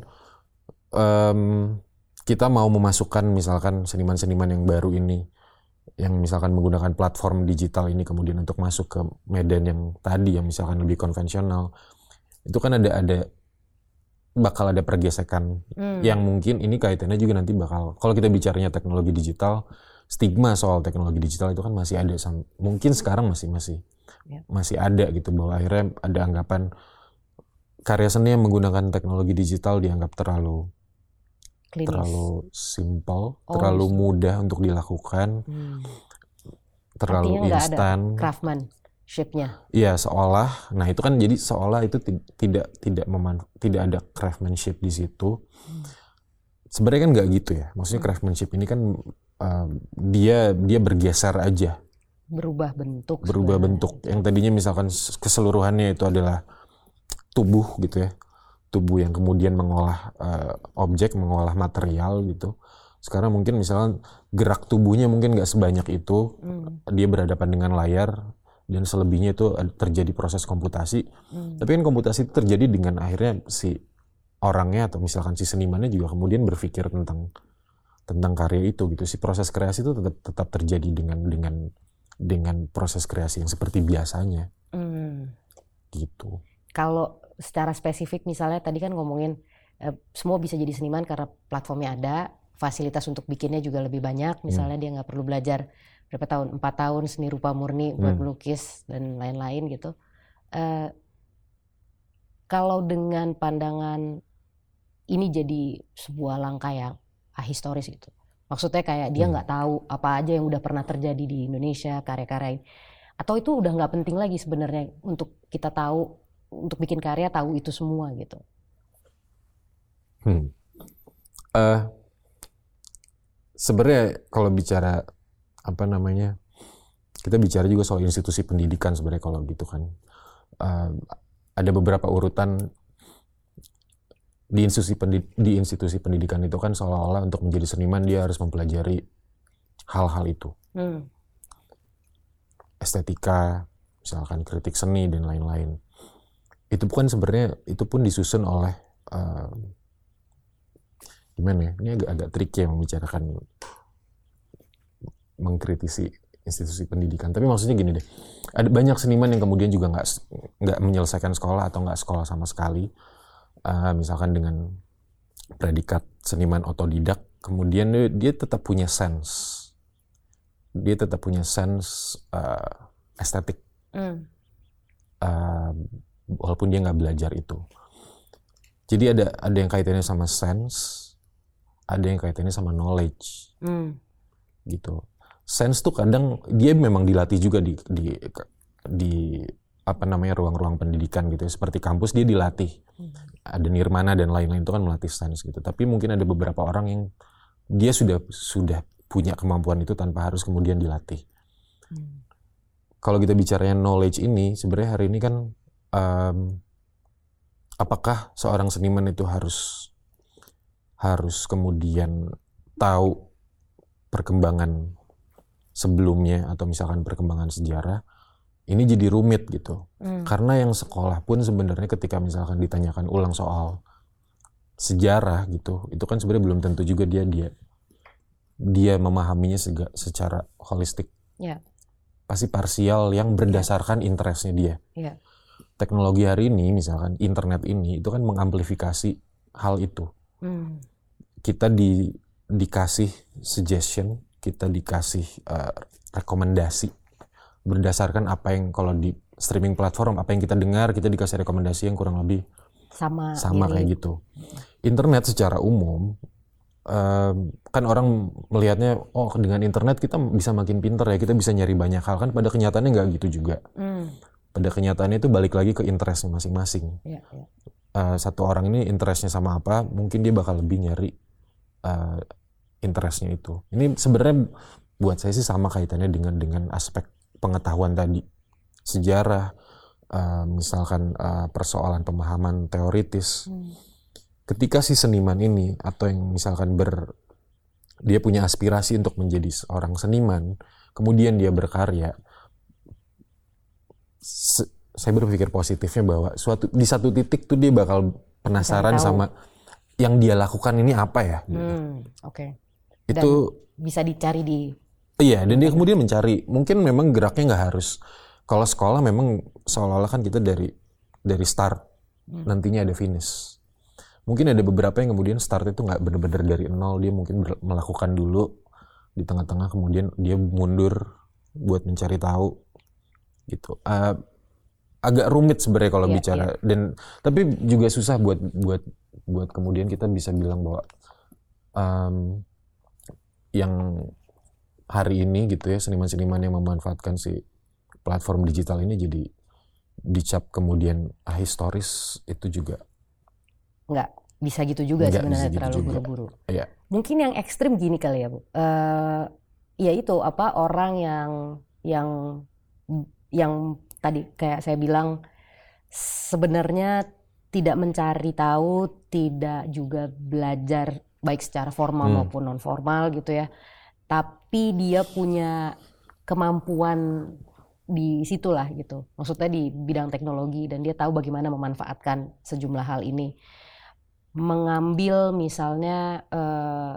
um, kita mau memasukkan misalkan seniman-seniman yang baru ini, yang misalkan menggunakan platform digital ini kemudian untuk masuk ke medan yang tadi yang misalkan lebih konvensional, itu kan ada ada bakal ada pergesekan hmm. yang mungkin ini kaitannya juga nanti bakal, kalau kita bicaranya teknologi digital, stigma soal teknologi digital itu kan masih ada, mungkin sekarang masih masih yeah. masih ada gitu, bahwa akhirnya ada anggapan karya seni yang menggunakan teknologi digital dianggap terlalu klinis, terlalu simple, oh, terlalu mudah untuk dilakukan, hmm. terlalu instan. Craftsmanship-nya. Iya, seolah. Nah, itu kan jadi seolah itu t- tidak tidak meman- tidak ada craftsmanship di situ. Hmm. Sebenarnya kan nggak gitu ya. Maksudnya hmm. craftsmanship ini kan uh, dia dia bergeser aja. Berubah bentuk. Berubah sebenarnya. bentuk. Yang tadinya misalkan keseluruhannya itu adalah tubuh gitu ya, tubuh yang kemudian mengolah uh, objek, mengolah material gitu. Sekarang mungkin misalnya gerak tubuhnya mungkin nggak sebanyak itu, hmm. dia berhadapan dengan layar dan selebihnya itu terjadi proses komputasi. Hmm. Tapi kan komputasi itu terjadi dengan akhirnya si orangnya atau misalkan si senimannya juga kemudian berpikir tentang tentang karya itu gitu. Si proses kreasi itu tetap tetap terjadi dengan dengan dengan proses kreasi yang seperti biasanya, hmm. gitu. Kalau secara spesifik misalnya tadi kan ngomongin eh, semua bisa jadi seniman karena platformnya ada, fasilitas untuk bikinnya juga lebih banyak, misalnya hmm. dia nggak perlu belajar berapa tahun, empat tahun seni rupa murni hmm. buat melukis dan lain-lain gitu. Eh, kalau dengan pandangan ini jadi sebuah langkah yang ahistoris gitu, maksudnya kayak dia nggak hmm. tahu apa aja yang udah pernah terjadi di Indonesia, karya-karya ini, atau itu udah nggak penting lagi sebenarnya untuk kita tahu, untuk bikin karya tahu itu semua gitu. Hmm. Uh, sebenarnya kalau bicara apa namanya, kita bicara juga soal institusi pendidikan sebenarnya kalau gitu kan. Uh, ada beberapa urutan di institusi pendid- di institusi pendidikan itu kan seolah-olah untuk menjadi seniman dia harus mempelajari hal-hal itu. Hmm. estetika, misalkan kritik seni dan lain-lain. Itu pun sebenarnya itu pun disusun oleh uh, gimana ya? Ini agak agak tricky ya membicarakan mengkritisi institusi pendidikan. Tapi maksudnya gini deh, ada banyak seniman yang kemudian juga nggak nggak menyelesaikan sekolah atau nggak sekolah sama sekali, uh, misalkan dengan predikat seniman otodidak, kemudian dia, dia tetap punya sense, dia tetap punya sense uh, estetik, mm. uh, walaupun dia nggak belajar itu. Jadi ada ada yang kaitannya sama sense, ada yang kaitannya sama knowledge, mm. gitu. Sense tuh kadang dia memang dilatih juga di di di apa namanya ruang-ruang pendidikan gitu ya. Seperti kampus dia dilatih. Hmm. Ada nirmana dan lain-lain itu kan melatih sense gitu. Tapi mungkin ada beberapa orang yang dia sudah sudah punya kemampuan itu tanpa harus kemudian dilatih. Hmm. Kalau kita bicaranya knowledge ini, sebenarnya hari ini kan um, apakah seorang seniman itu harus harus kemudian tahu perkembangan sebelumnya atau misalkan perkembangan sejarah, ini jadi rumit gitu. Hmm. Karena yang sekolah pun sebenarnya ketika misalkan ditanyakan ulang soal sejarah gitu, itu kan sebenarnya belum tentu juga dia dia dia memahaminya sega, secara holistik. Yeah. Pasti parsial yang berdasarkan yeah. interestnya dia. Yeah. Teknologi hari ini misalkan internet ini itu kan mengamplifikasi hal itu. Hmm. Kita di dikasih suggestion, kita dikasih uh, rekomendasi berdasarkan apa yang kalau di streaming platform apa yang kita dengar, kita dikasih rekomendasi yang kurang lebih sama sama kayak gitu. Internet secara umum uh, kan orang melihatnya oh dengan internet kita bisa makin pinter ya, kita bisa nyari banyak hal, kan pada kenyataannya nggak gitu juga. Mm. Pada kenyataannya itu balik lagi ke interestnya masing-masing. Yeah, yeah. Uh, satu orang ini interestnya sama apa, mungkin dia bakal lebih nyari uh, interestnya itu. Ini sebenarnya buat saya sih sama kaitannya dengan dengan aspek pengetahuan tadi, sejarah, uh, misalkan uh, persoalan pemahaman teoritis. Hmm. Ketika si seniman ini atau yang misalkan ber dia punya aspirasi untuk menjadi seorang seniman, kemudian dia berkarya, se- saya berpikir positifnya bahwa suatu di satu titik tuh dia bakal penasaran sama yang dia lakukan ini apa ya. Hmm, Oke. Okay. Itu dan bisa dicari di iya, dan dia kemudian mencari, mungkin memang geraknya nggak harus, kalau sekolah memang seolah-olah kan kita dari dari start hmm. nantinya ada finish. Mungkin ada beberapa yang kemudian start itu nggak benar-benar dari nol, dia mungkin ber- melakukan dulu di tengah-tengah, kemudian dia mundur buat mencari tahu gitu. Uh, agak rumit sebenarnya kalau yeah, bicara yeah. dan tapi juga susah buat buat buat kemudian kita bisa bilang bahwa um, yang hari ini gitu ya, seniman-seniman yang memanfaatkan si platform digital ini jadi dicap kemudian ahistoris, itu juga nggak bisa gitu juga sebenarnya, gitu terlalu juga. Buru-buru. Ya. Mungkin yang ekstrim gini kali ya Bu, uh, ya itu apa orang yang yang yang tadi kayak saya bilang sebenarnya tidak mencari tahu, tidak juga belajar baik secara formal hmm. maupun non formal gitu ya, tapi dia punya kemampuan di situlah gitu, maksudnya di bidang teknologi, dan dia tahu bagaimana memanfaatkan sejumlah hal ini, mengambil misalnya eh,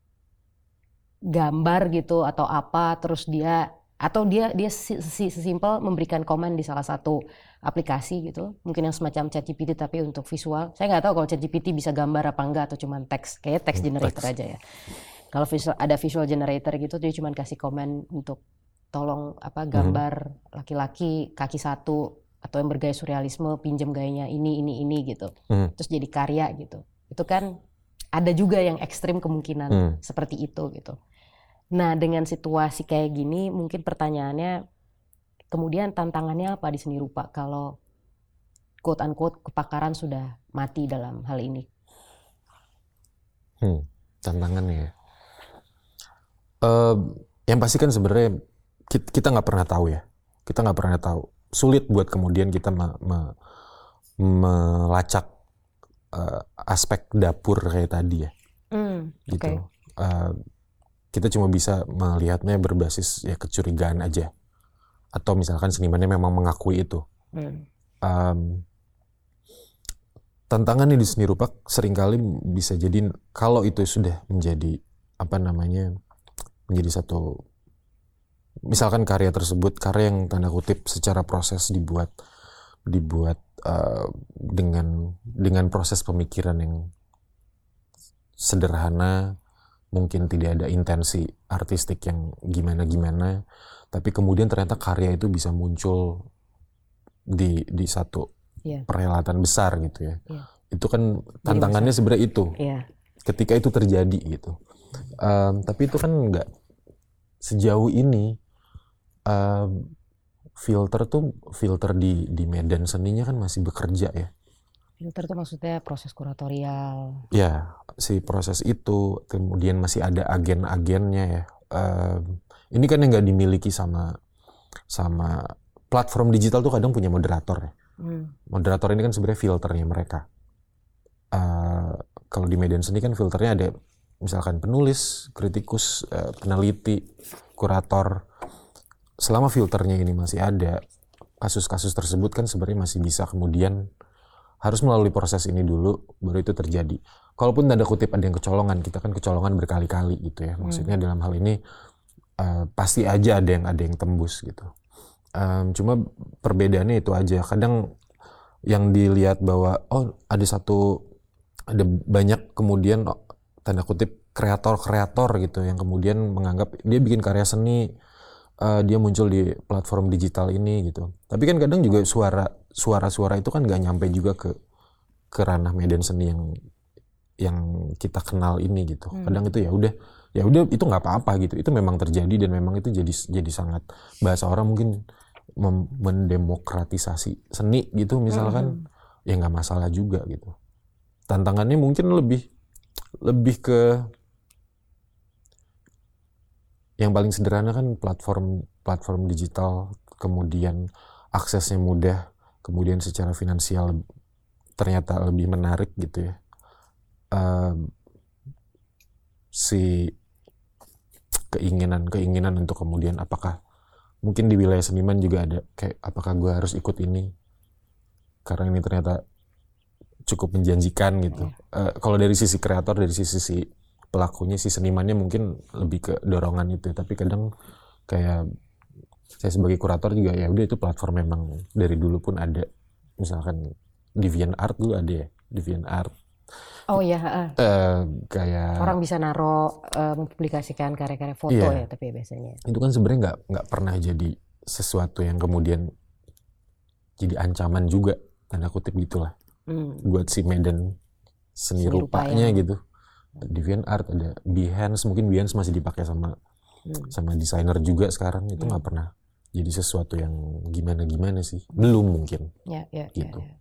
gambar gitu atau apa, terus dia atau dia dia sesimpel memberikan komen di salah satu aplikasi gitu, mungkin yang semacam ChatGPT tapi untuk visual. Saya nggak tahu kalau ChatGPT bisa gambar apa enggak atau cuma teks, kayaknya text generator text. aja ya. Kalau visual, ada visual generator gitu, dia cuma kasih komen untuk tolong apa gambar hmm. laki-laki kaki satu atau yang bergaya surrealisme, pinjam gayanya ini ini ini gitu, hmm. terus jadi karya gitu. Itu kan ada juga yang ekstrim kemungkinan hmm. seperti itu gitu. Nah dengan situasi kayak gini, mungkin pertanyaannya kemudian tantangannya apa di seni rupa kalau quote unquote kepakaran sudah mati dalam hal ini? Hmm, tantangannya uh, yang pasti kan sebenarnya kita nggak pernah tahu ya, kita nggak pernah tahu. Sulit buat kemudian kita me, me, melacak uh, aspek dapur kayak tadi ya, mm, gitu. Okay. Uh, kita cuma bisa melihatnya berbasis ya kecurigaan aja, atau misalkan senimannya memang mengakui itu. Hmm. Um, tantangannya di seni rupa seringkali bisa jadi kalau itu sudah menjadi apa namanya menjadi satu, misalkan karya tersebut karya yang tanda kutip secara proses dibuat dibuat uh, dengan dengan proses pemikiran yang sederhana, mungkin tidak ada intensi artistik yang gimana-gimana, tapi kemudian ternyata karya itu bisa muncul di di satu yeah. perhelatan besar gitu ya. Yeah. Itu kan tantangannya sebenarnya itu. Yeah. Ketika itu terjadi gitu. Um, tapi itu kan enggak sejauh ini um, filter tuh filter di di medan seninya kan masih bekerja ya. Filter tuh maksudnya proses kuratorial. Ya, si proses itu kemudian masih ada agen-agennya ya. Um, ini kan yang nggak dimiliki sama sama platform digital tuh kadang punya moderator ya. Hmm. Moderator ini kan sebenarnya filternya mereka. Uh, kalau di medan seni kan filternya ada misalkan penulis, kritikus, uh, peneliti, kurator. Selama filternya ini masih ada, kasus-kasus tersebut kan sebenarnya masih bisa kemudian harus melalui proses ini dulu baru itu terjadi. Kalaupun tanda kutip ada yang kecolongan, kita kan kecolongan berkali-kali gitu ya. Maksudnya hmm. dalam hal ini uh, pasti aja ada yang ada yang tembus gitu. Um, cuma perbedaannya itu aja. Kadang yang dilihat bahwa oh ada satu ada banyak kemudian oh, tanda kutip kreator-kreator gitu yang kemudian menganggap dia bikin karya seni, uh, dia muncul di platform digital ini gitu. Tapi kan kadang juga suara suara-suara itu kan nggak nyampe juga ke ke ranah medan seni yang yang kita kenal ini gitu. Hmm. Kadang itu ya udah ya udah itu nggak apa-apa gitu. Itu memang terjadi dan memang itu jadi jadi sangat bahasa orang mungkin mem- mendemokratisasi seni gitu misalkan hmm. ya nggak masalah juga gitu. Tantangannya mungkin lebih lebih ke yang paling sederhana kan platform platform digital, kemudian aksesnya mudah, kemudian secara finansial ternyata lebih menarik gitu ya. Uh, si keinginan-keinginan untuk kemudian apakah mungkin di wilayah seniman juga ada kayak apakah gue harus ikut ini karena ini ternyata cukup menjanjikan gitu. Uh, kalau dari sisi kreator, dari sisi si pelakunya, si senimannya mungkin lebih ke dorongan itu. Tapi kadang kayak saya sebagai kurator juga ya udah itu platform memang dari dulu pun ada. Misalkan DeviantArt dulu ada ya, DeviantArt. Oh iya. Uh, uh, kayak orang bisa naro uh, mempublikasikan karya-karya foto iya. ya, tapi biasanya. Itu kan sebenarnya nggak nggak pernah jadi sesuatu yang kemudian jadi ancaman juga tanda kutip gitulah. Hmm. Buat si medan seni, seni rupanya rupa gitu. DeviantArt ada Behance, mungkin Behance masih dipakai sama hmm. sama desainer juga sekarang. Itu nggak hmm. pernah jadi sesuatu yang gimana-gimana sih, belum mungkin. Ya, ya, gitu. Ya, ya.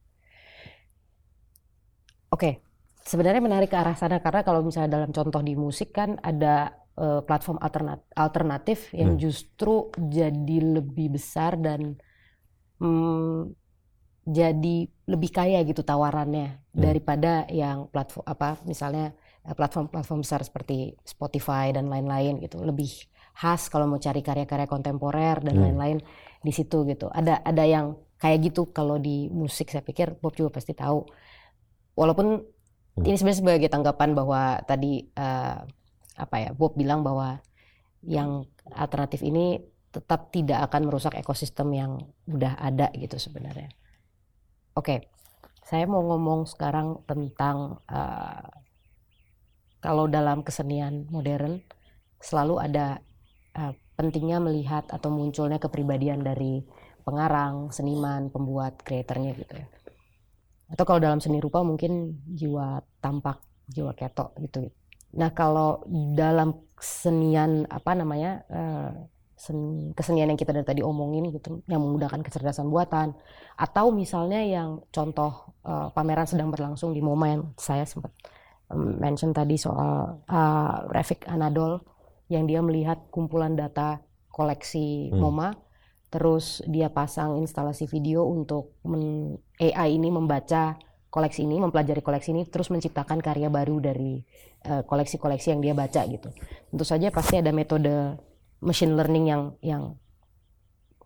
Oke, sebenarnya menarik ke arah sana karena kalau misalnya dalam contoh di musik kan ada uh, platform alternat- alternatif yang hmm. justru jadi lebih besar dan hmm, jadi lebih kaya gitu tawarannya hmm. daripada yang platform apa misalnya platform-platform besar seperti Spotify dan lain-lain gitu, lebih khas kalau mau cari karya-karya kontemporer dan hmm. lain-lain di situ gitu. Ada ada yang kayak gitu kalau di musik saya pikir Bob juga pasti tahu. Walaupun hmm. ini sebenarnya sebagai tanggapan bahwa tadi uh, apa ya Bob bilang bahwa yang alternatif ini tetap tidak akan merusak ekosistem yang udah ada gitu sebenarnya. Oke, saya mau ngomong sekarang tentang uh, kalau dalam kesenian modern selalu ada uh, pentingnya melihat atau munculnya kepribadian dari pengarang, seniman, pembuat, kreatornya gitu ya. Atau kalau dalam seni rupa mungkin jiwa tampak, jiwa ketok gitu. Nah kalau dalam kesenian apa namanya uh, Sen, kesenian yang kita dari tadi omongin gitu yang menggunakan kecerdasan buatan atau misalnya yang contoh uh, pameran sedang berlangsung di MoMA yang saya sempat um, mention tadi soal uh, Refik Anadol yang dia melihat kumpulan data koleksi hmm. MoMA terus dia pasang instalasi video untuk men, A I ini membaca koleksi ini, mempelajari koleksi ini terus menciptakan karya baru dari uh, koleksi-koleksi yang dia baca gitu. Tentu saja pasti ada metode machine learning yang yang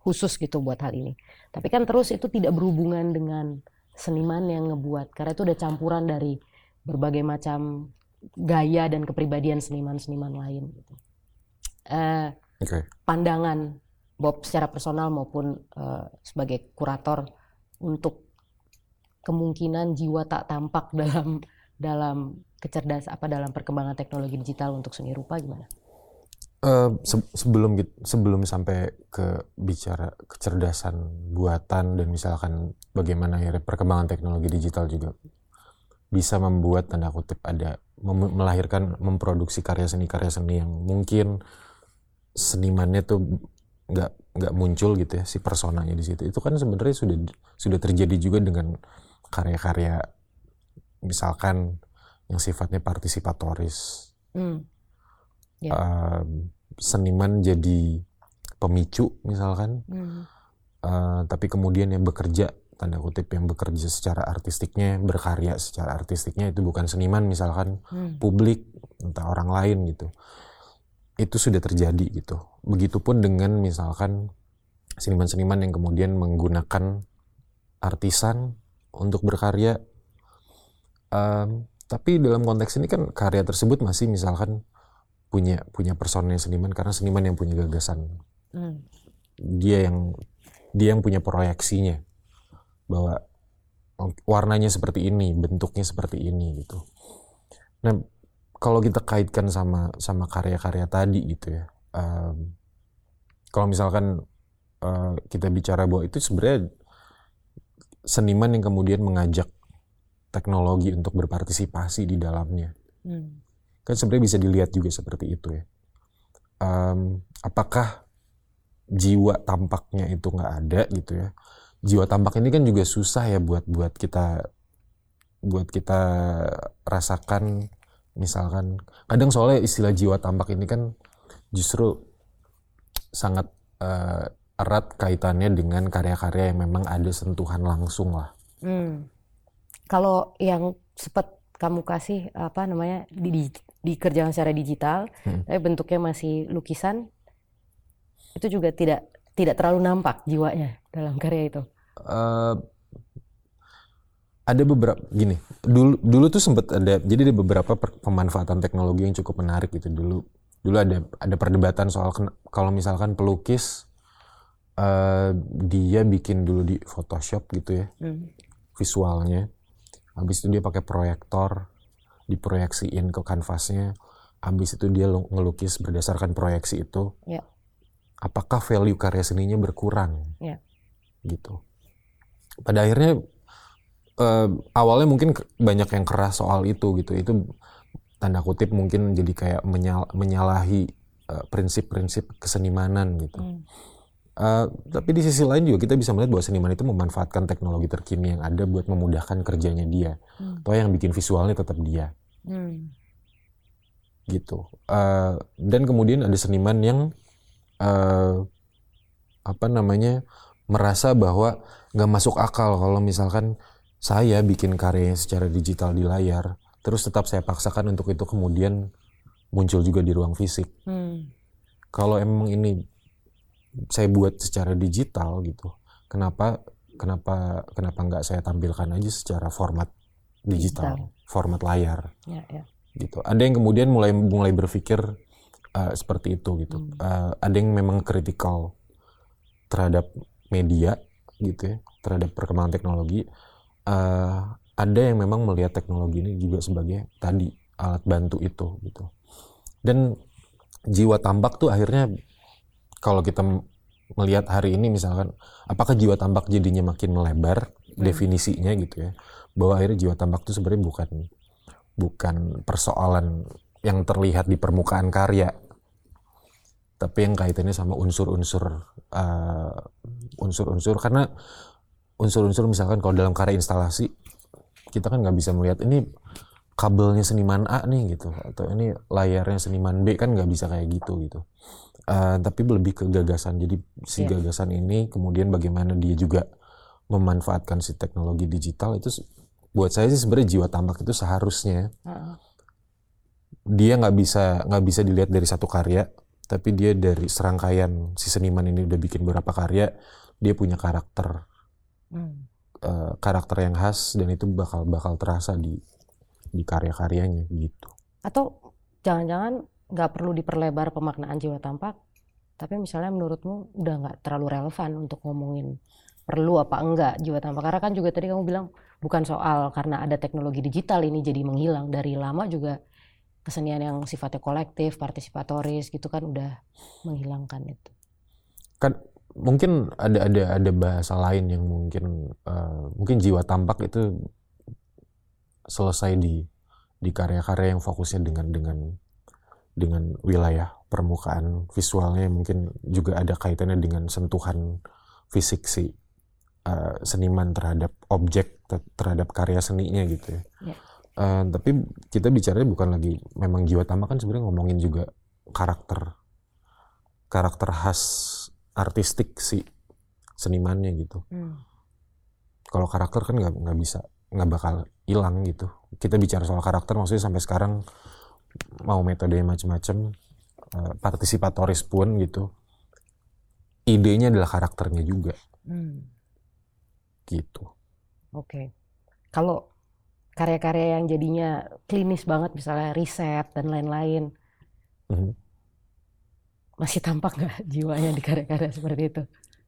khusus gitu buat hal ini. Tapi kan terus itu tidak berhubungan dengan seniman yang ngebuat, karena itu udah campuran dari berbagai macam gaya dan kepribadian seniman-seniman lain. Gitu. Uh, okay. Pandangan Bob secara personal maupun uh, sebagai kurator untuk kemungkinan jiwa tak tampak dalam dalam kecerdasan apa dalam perkembangan teknologi digital untuk seni rupa gimana? Uh, se- sebelum sebelum sampai ke bicara kecerdasan buatan dan misalkan bagaimana ya perkembangan teknologi digital juga bisa membuat tanda kutip ada mem- melahirkan memproduksi karya seni karya seni yang mungkin senimannya tuh nggak nggak muncul gitu ya si personanya di situ. Itu kan sebenarnya sudah sudah terjadi juga dengan karya-karya misalkan yang sifatnya partisipatoris. Hmm. Yeah. Uh, seniman jadi pemicu misalkan, hmm. uh, tapi kemudian yang bekerja tanda kutip yang bekerja secara artistiknya berkarya secara artistiknya itu bukan seniman misalkan, hmm. publik entah orang lain gitu. Itu sudah terjadi gitu. Begitupun dengan misalkan seniman-seniman yang kemudian menggunakan artisan untuk berkarya. Um, tapi dalam konteks ini kan karya tersebut masih misalkan punya punya personnya seniman karena seniman yang punya gagasan. Hmm. Dia yang dia yang punya proyeksinya bahwa warnanya seperti ini, bentuknya seperti ini gitu. Nah, kalau kita kaitkan sama sama karya-karya tadi gitu ya, um, kalau misalkan uh, kita bicara bahwa itu sebenarnya seniman yang kemudian mengajak teknologi untuk berpartisipasi di dalamnya, hmm. kan sebenarnya bisa dilihat juga seperti itu ya. Um, apakah jiwa tampaknya itu nggak ada gitu ya? Jiwa tampak ini kan juga susah ya buat buat kita buat kita rasakan. Misalkan kadang soalnya istilah jiwa tampak ini kan justru sangat uh, erat kaitannya dengan karya-karya yang memang ada sentuhan langsung lah. Hmm. Kalau yang sempat kamu kasih apa namanya di, di, dikerjakan secara digital, hmm. tapi bentuknya masih lukisan, itu juga tidak tidak terlalu nampak jiwanya dalam karya itu. Uh, Ada beberapa gini dulu dulu tuh sempat ada jadi ada beberapa per, pemanfaatan teknologi yang cukup menarik gitu dulu dulu ada ada perdebatan soal ken, kalau misalkan pelukis uh, dia bikin dulu di Photoshop gitu ya hmm. visualnya, habis itu dia pakai proyektor diproyeksiin ke kanvasnya, habis itu dia ngelukis berdasarkan proyeksi itu, yeah. apakah value karya seninya berkurang, yeah. gitu. Pada akhirnya Uh, awalnya mungkin banyak yang keras soal itu gitu, itu tanda kutip mungkin jadi kayak menyal, menyalahi uh, prinsip-prinsip kesenimanan gitu. Hmm. Uh, tapi di sisi lain juga kita bisa melihat bahwa seniman itu memanfaatkan teknologi terkini yang ada buat memudahkan kerjanya dia. Hmm. Toh yang bikin visualnya tetap dia. Hmm. Gitu. Uh, dan kemudian ada seniman yang uh, apa namanya merasa bahwa nggak masuk akal kalau misalkan saya bikin karya secara digital di layar, terus tetap saya paksakan untuk itu kemudian muncul juga di ruang fisik. Hmm. Kalau emang ini saya buat secara digital gitu, kenapa kenapa kenapa nggak saya tampilkan aja secara format digital, digital. format layar, ya, ya. gitu. Ada yang kemudian mulai mulai berpikir uh, seperti itu gitu. Hmm. Uh, ada yang memang kritikal terhadap media gitu ya, terhadap perkembangan teknologi. Uh, ada yang memang melihat teknologi ini juga sebagai tadi alat bantu itu gitu. Dan jiwa tambak tuh akhirnya kalau kita melihat hari ini misalkan apakah jiwa tambak jadinya makin melebar hmm. definisinya gitu ya, bahwa akhirnya jiwa tambak tuh sebenarnya bukan bukan persoalan yang terlihat di permukaan karya, tapi yang kaitannya sama unsur-unsur uh, unsur-unsur. Karena unsur-unsur misalkan kalau dalam karya instalasi kita kan nggak bisa melihat ini kabelnya seniman A nih gitu, atau ini layarnya seniman B, kan nggak bisa kayak gitu gitu. Uh, tapi lebih ke gagasan. Jadi si yeah. gagasan ini kemudian bagaimana dia juga memanfaatkan si teknologi digital itu buat saya sih sebenarnya jiwa tambak itu seharusnya uh-uh. dia nggak bisa nggak bisa dilihat dari satu karya, tapi dia dari serangkaian si seniman ini udah bikin beberapa karya, dia punya karakter hmm. uh, karakter yang khas dan itu bakal bakal terasa di di karya-karyanya gitu. Atau jangan-jangan nggak perlu diperlebar pemaknaan jiwa tampak, tapi misalnya menurutmu udah nggak terlalu relevan untuk ngomongin perlu apa enggak jiwa tampak, karena kan juga tadi kamu bilang bukan soal karena ada teknologi digital ini jadi menghilang. Dari lama juga kesenian yang sifatnya kolektif, partisipatoris gitu kan udah menghilangkan itu. Kan mungkin ada ada ada bahasa lain yang mungkin uh, mungkin jiwa tampak itu selesai di di karya-karya yang fokusnya dengan dengan dengan wilayah permukaan visualnya, mungkin juga ada kaitannya dengan sentuhan fisik si uh, seniman terhadap objek terhadap karya seninya gitu ya. Yeah. Uh, tapi kita bicaranya bukan lagi memang jiwa tampak, kan sebenarnya ngomongin juga karakter karakter khas artistik si senimannya gitu. Hmm. Kalau karakter kan nggak nggak bisa nggak bakal hilang gitu. Kita bicara soal karakter maksudnya sampai sekarang mau metodenya macam-macam, uh, partisipatoris pun gitu, idenya adalah karakternya juga. Hmm. Gitu. Oke. Okay. Kalau karya-karya yang jadinya klinis banget, misalnya riset dan lain-lain, mm-hmm. masih tampak nggak jiwanya di karya-karya seperti itu?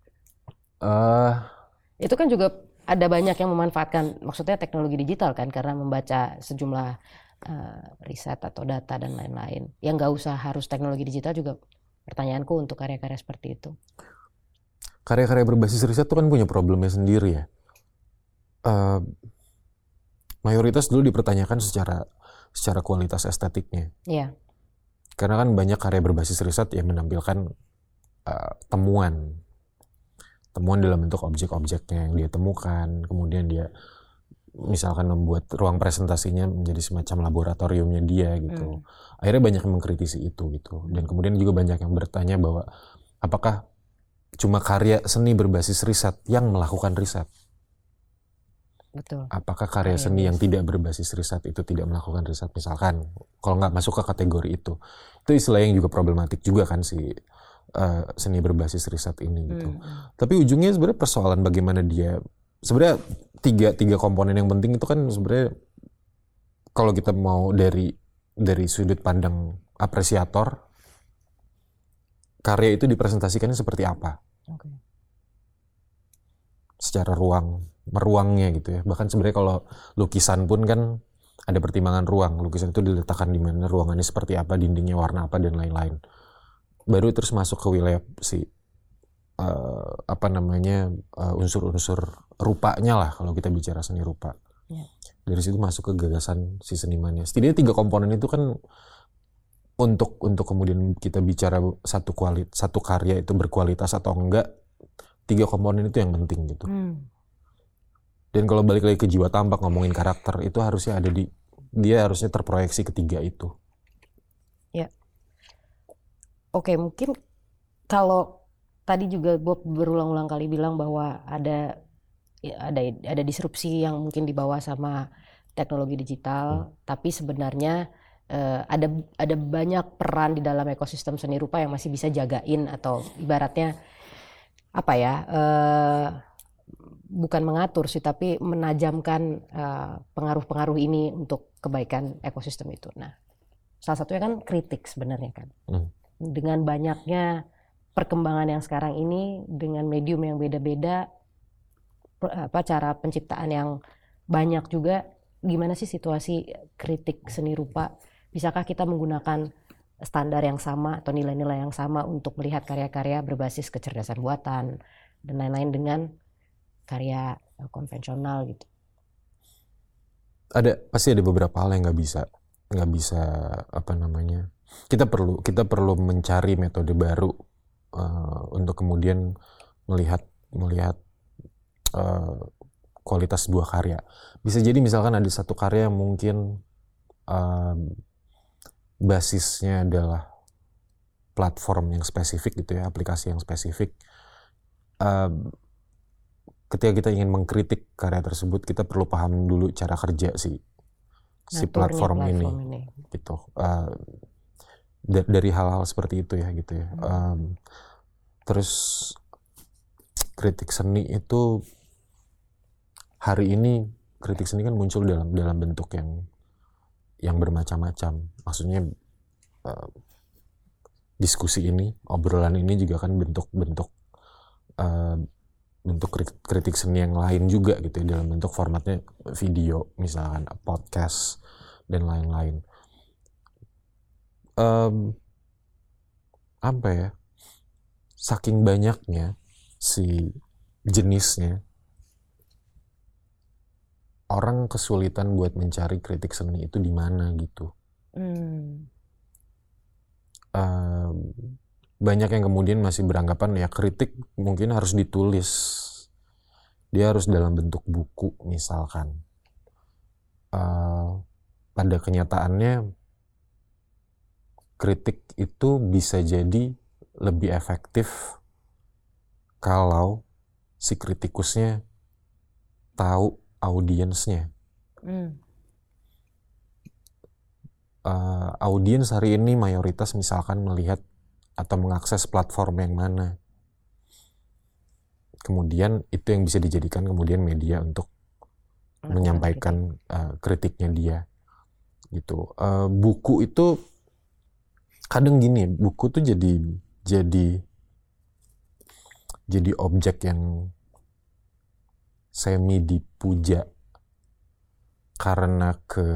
Uh, itu kan juga ada banyak yang memanfaatkan, maksudnya teknologi digital kan, karena membaca sejumlah uh, riset atau data dan lain-lain. Yang nggak usah harus teknologi digital juga, pertanyaanku untuk karya-karya seperti itu. Karya-karya berbasis riset itu kan punya problemnya sendiri ya. Uh, mayoritas dulu dipertanyakan secara secara kualitas estetiknya. Iya. Karena kan banyak karya berbasis riset yang menampilkan uh, temuan, temuan dalam bentuk objek-objeknya yang dia temukan, kemudian dia misalkan membuat ruang presentasinya menjadi semacam laboratoriumnya dia gitu. Hmm. Akhirnya banyak yang mengkritisi itu gitu. Dan kemudian juga banyak yang bertanya bahwa apakah cuma karya seni berbasis riset yang melakukan riset? Betul. Apakah karya seni yang tidak berbasis riset itu tidak melakukan riset misalkan, kalau nggak masuk ke kategori itu, itu istilah yang juga problematik juga kan si uh, seni berbasis riset ini gitu. Hmm. Tapi ujungnya sebenarnya persoalan bagaimana dia, sebenarnya tiga tiga komponen yang penting itu kan sebenarnya kalau kita mau dari dari sudut pandang apresiator, karya itu dipresentasikannya seperti apa? Okay. Secara ruang meruangnya gitu ya. Bahkan sebenarnya kalau lukisan pun kan ada pertimbangan ruang. Lukisan itu diletakkan di mana, ruangannya seperti apa, dindingnya warna apa dan lain-lain. Baru terus masuk ke wilayah si uh, apa namanya uh, unsur-unsur rupanya lah kalau kita bicara seni rupa. Ya. Dari situ masuk ke gagasan si senimannya. Setidaknya tiga komponen itu kan untuk untuk kemudian kita bicara satu kualit satu karya itu berkualitas atau enggak, tiga komponen itu yang penting gitu. Hmm. Dan kalau balik lagi ke jiwa tampak ngomongin karakter, itu harusnya ada di, dia harusnya terproyeksi ketiga itu. Ya. Oke, mungkin kalau tadi juga Bob berulang-ulang kali bilang bahwa ada ya, ada ada disrupsi yang mungkin dibawa sama teknologi digital, hmm. tapi sebenarnya eh, ada ada banyak peran di dalam ekosistem seni rupa yang masih bisa jagain atau ibaratnya apa ya? Eh, bukan mengatur sih, tapi menajamkan uh, pengaruh-pengaruh ini untuk kebaikan ekosistem itu. Nah, salah satunya kan kritik sebenarnya kan. Hmm. Dengan banyaknya perkembangan yang sekarang ini, dengan medium yang beda-beda, per, apa cara penciptaan yang banyak juga, gimana sih situasi kritik seni rupa? Bisakah kita menggunakan standar yang sama atau nilai-nilai yang sama untuk melihat karya-karya berbasis kecerdasan buatan dan lain-lain dengan karya konvensional gitu? Ada, pasti ada beberapa hal yang nggak bisa nggak bisa apa namanya, kita perlu kita perlu mencari metode baru uh, untuk kemudian melihat melihat uh, kualitas sebuah karya. Bisa jadi misalkan ada satu karya yang mungkin uh, basisnya adalah platform yang spesifik gitu ya, aplikasi yang spesifik. Uh, Ketika kita ingin mengkritik karya tersebut, kita perlu paham dulu cara kerja si si platform, platform ini, ini, gitu. Uh, da- dari hal-hal seperti itu ya gitu ya. Hmm. Um, terus kritik seni itu hari ini kritik seni kan muncul dalam dalam bentuk yang yang bermacam-macam. Maksudnya uh, diskusi ini, obrolan ini juga kan bentuk-bentuk uh, bentuk kritik seni yang lain juga gitu ya, dalam bentuk formatnya video, misalkan podcast dan lain-lain. Um, apa ya? Saking banyaknya si jenisnya, orang kesulitan buat mencari kritik seni itu di mana gitu. Hmm. Um, banyak yang kemudian masih beranggapan ya kritik mungkin harus ditulis, dia harus dalam bentuk buku misalkan. Uh, pada kenyataannya kritik itu bisa jadi lebih efektif kalau si kritikusnya tahu audiensnya. Hmm. Uh, audiens hari ini mayoritas misalkan melihat atau mengakses platform yang mana. Kemudian itu yang bisa dijadikan kemudian media untuk Melakukan menyampaikan kritik. Uh, kritiknya dia. Gitu. Uh, buku itu kadang gini, buku tuh jadi jadi jadi objek yang semi dipuja karena ke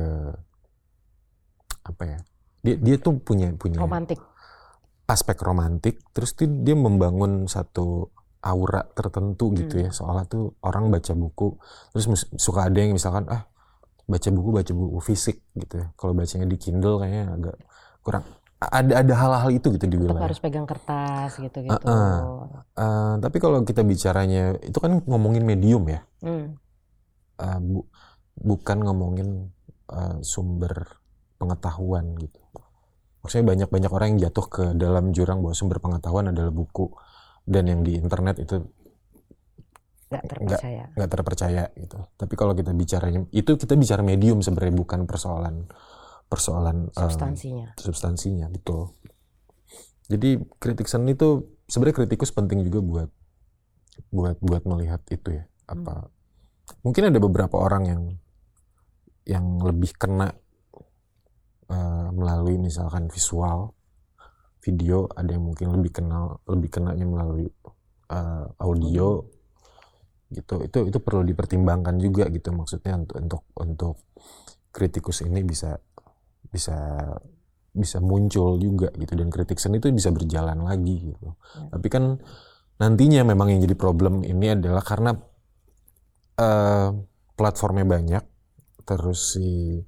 apa ya? Dia dia tuh punya punya romantik. Aspek romantik, terus tuh dia membangun satu aura tertentu gitu Hmm. ya, seolah tuh orang baca buku terus mus- suka ada yang misalkan ah baca buku baca buku fisik gitu ya, kalau bacanya di Kindle kayaknya agak kurang, ada ada hal-hal itu gitu di Tetap wilayah. harus pegang kertas gitu-gitu. Uh-uh. Uh, tapi kalau kita bicaranya itu kan ngomongin medium ya, Hmm. uh, bu- bukan ngomongin uh, sumber pengetahuan gitu. Maksudnya banyak-banyak orang yang jatuh ke dalam jurang bahwa sumber pengetahuan adalah buku, dan yang di internet itu Nggak terpercaya. nggak terpercaya gitu. Tapi kalau kita bicaranya itu kita bicara medium sebenarnya, bukan persoalan persoalan Substansinya. um, substansinya betul. Jadi kritik seni itu sebenarnya kritikus penting juga buat buat buat melihat itu ya. Apa hmm. mungkin ada beberapa orang yang yang lebih kena uh, melalui misalkan visual, video, ada yang mungkin lebih kenal lebih kenanya melalui uh, audio. Hmm. Gitu. Itu itu perlu dipertimbangkan juga gitu, maksudnya untuk untuk untuk kritikus ini bisa bisa bisa muncul juga gitu, dan kritik seni itu bisa berjalan lagi gitu. Ya. Tapi kan nantinya memang yang jadi problem ini adalah karena uh, platformnya banyak, terus si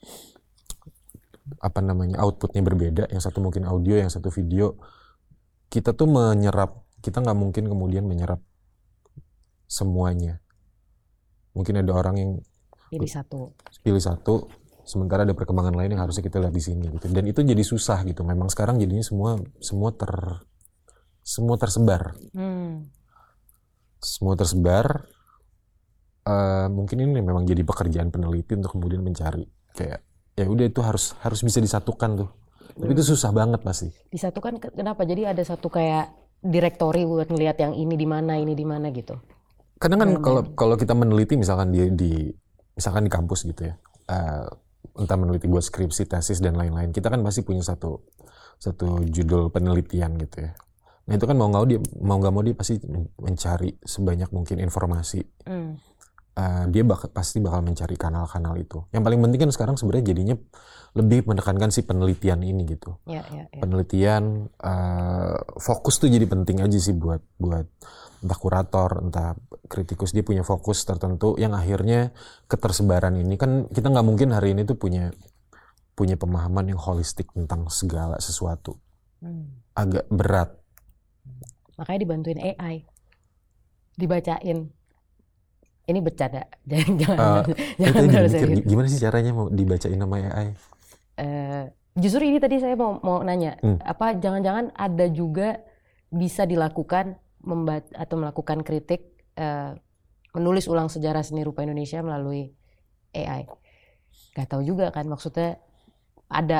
apa namanya outputnya berbeda, yang satu mungkin audio, yang satu video. Kita tuh menyerap, kita nggak mungkin kemudian menyerap semuanya. Mungkin ada orang yang pilih satu, pilih satu, sementara ada perkembangan lain yang harusnya kita lihat di sini gitu. Dan itu jadi susah gitu. Memang sekarang jadinya semua semua ter semua tersebar. Hmm. Semua tersebar. Uh, mungkin ini memang jadi pekerjaan peneliti untuk kemudian mencari kayak ya udah itu harus harus bisa disatukan tuh. Tapi hmm. itu susah banget pasti. Disatukan kenapa? Jadi ada satu kayak direktori buat ngelihat yang ini di mana, ini di mana gitu. Kadang kan kalau kalau kita meneliti misalkan di, di misalkan di kampus gitu ya, uh, entah meneliti buat skripsi, tesis dan lain-lain, kita kan pasti punya satu satu judul penelitian gitu ya. Nah itu kan mau nggak dia mau nggak mau dia pasti mencari sebanyak mungkin informasi. Mm. Uh, dia bak- pasti bakal mencari kanal-kanal itu. Yang paling penting kan sekarang sebenarnya jadinya lebih menekankan si penelitian ini gitu. Ya, ya, ya. Penelitian uh, fokus tuh jadi penting aja sih buat buat entah kurator, entah kritikus, dia punya fokus tertentu yang akhirnya ketersebaran ini kan kita nggak mungkin hari ini tuh punya punya pemahaman yang holistik tentang segala sesuatu. Hmm. Agak berat. Makanya dibantuin A I, dibacain. Ini bercanda, jangan jangan. Uh, jangan jangan mikir, gimana sih caranya mau dibacain sama A I? Uh, justru ini tadi saya mau mau nanya, hmm. apa jangan-jangan ada juga bisa dilakukan membat atau melakukan kritik, uh, menulis ulang sejarah seni rupa Indonesia melalui A I. Gak tahu juga kan, maksudnya ada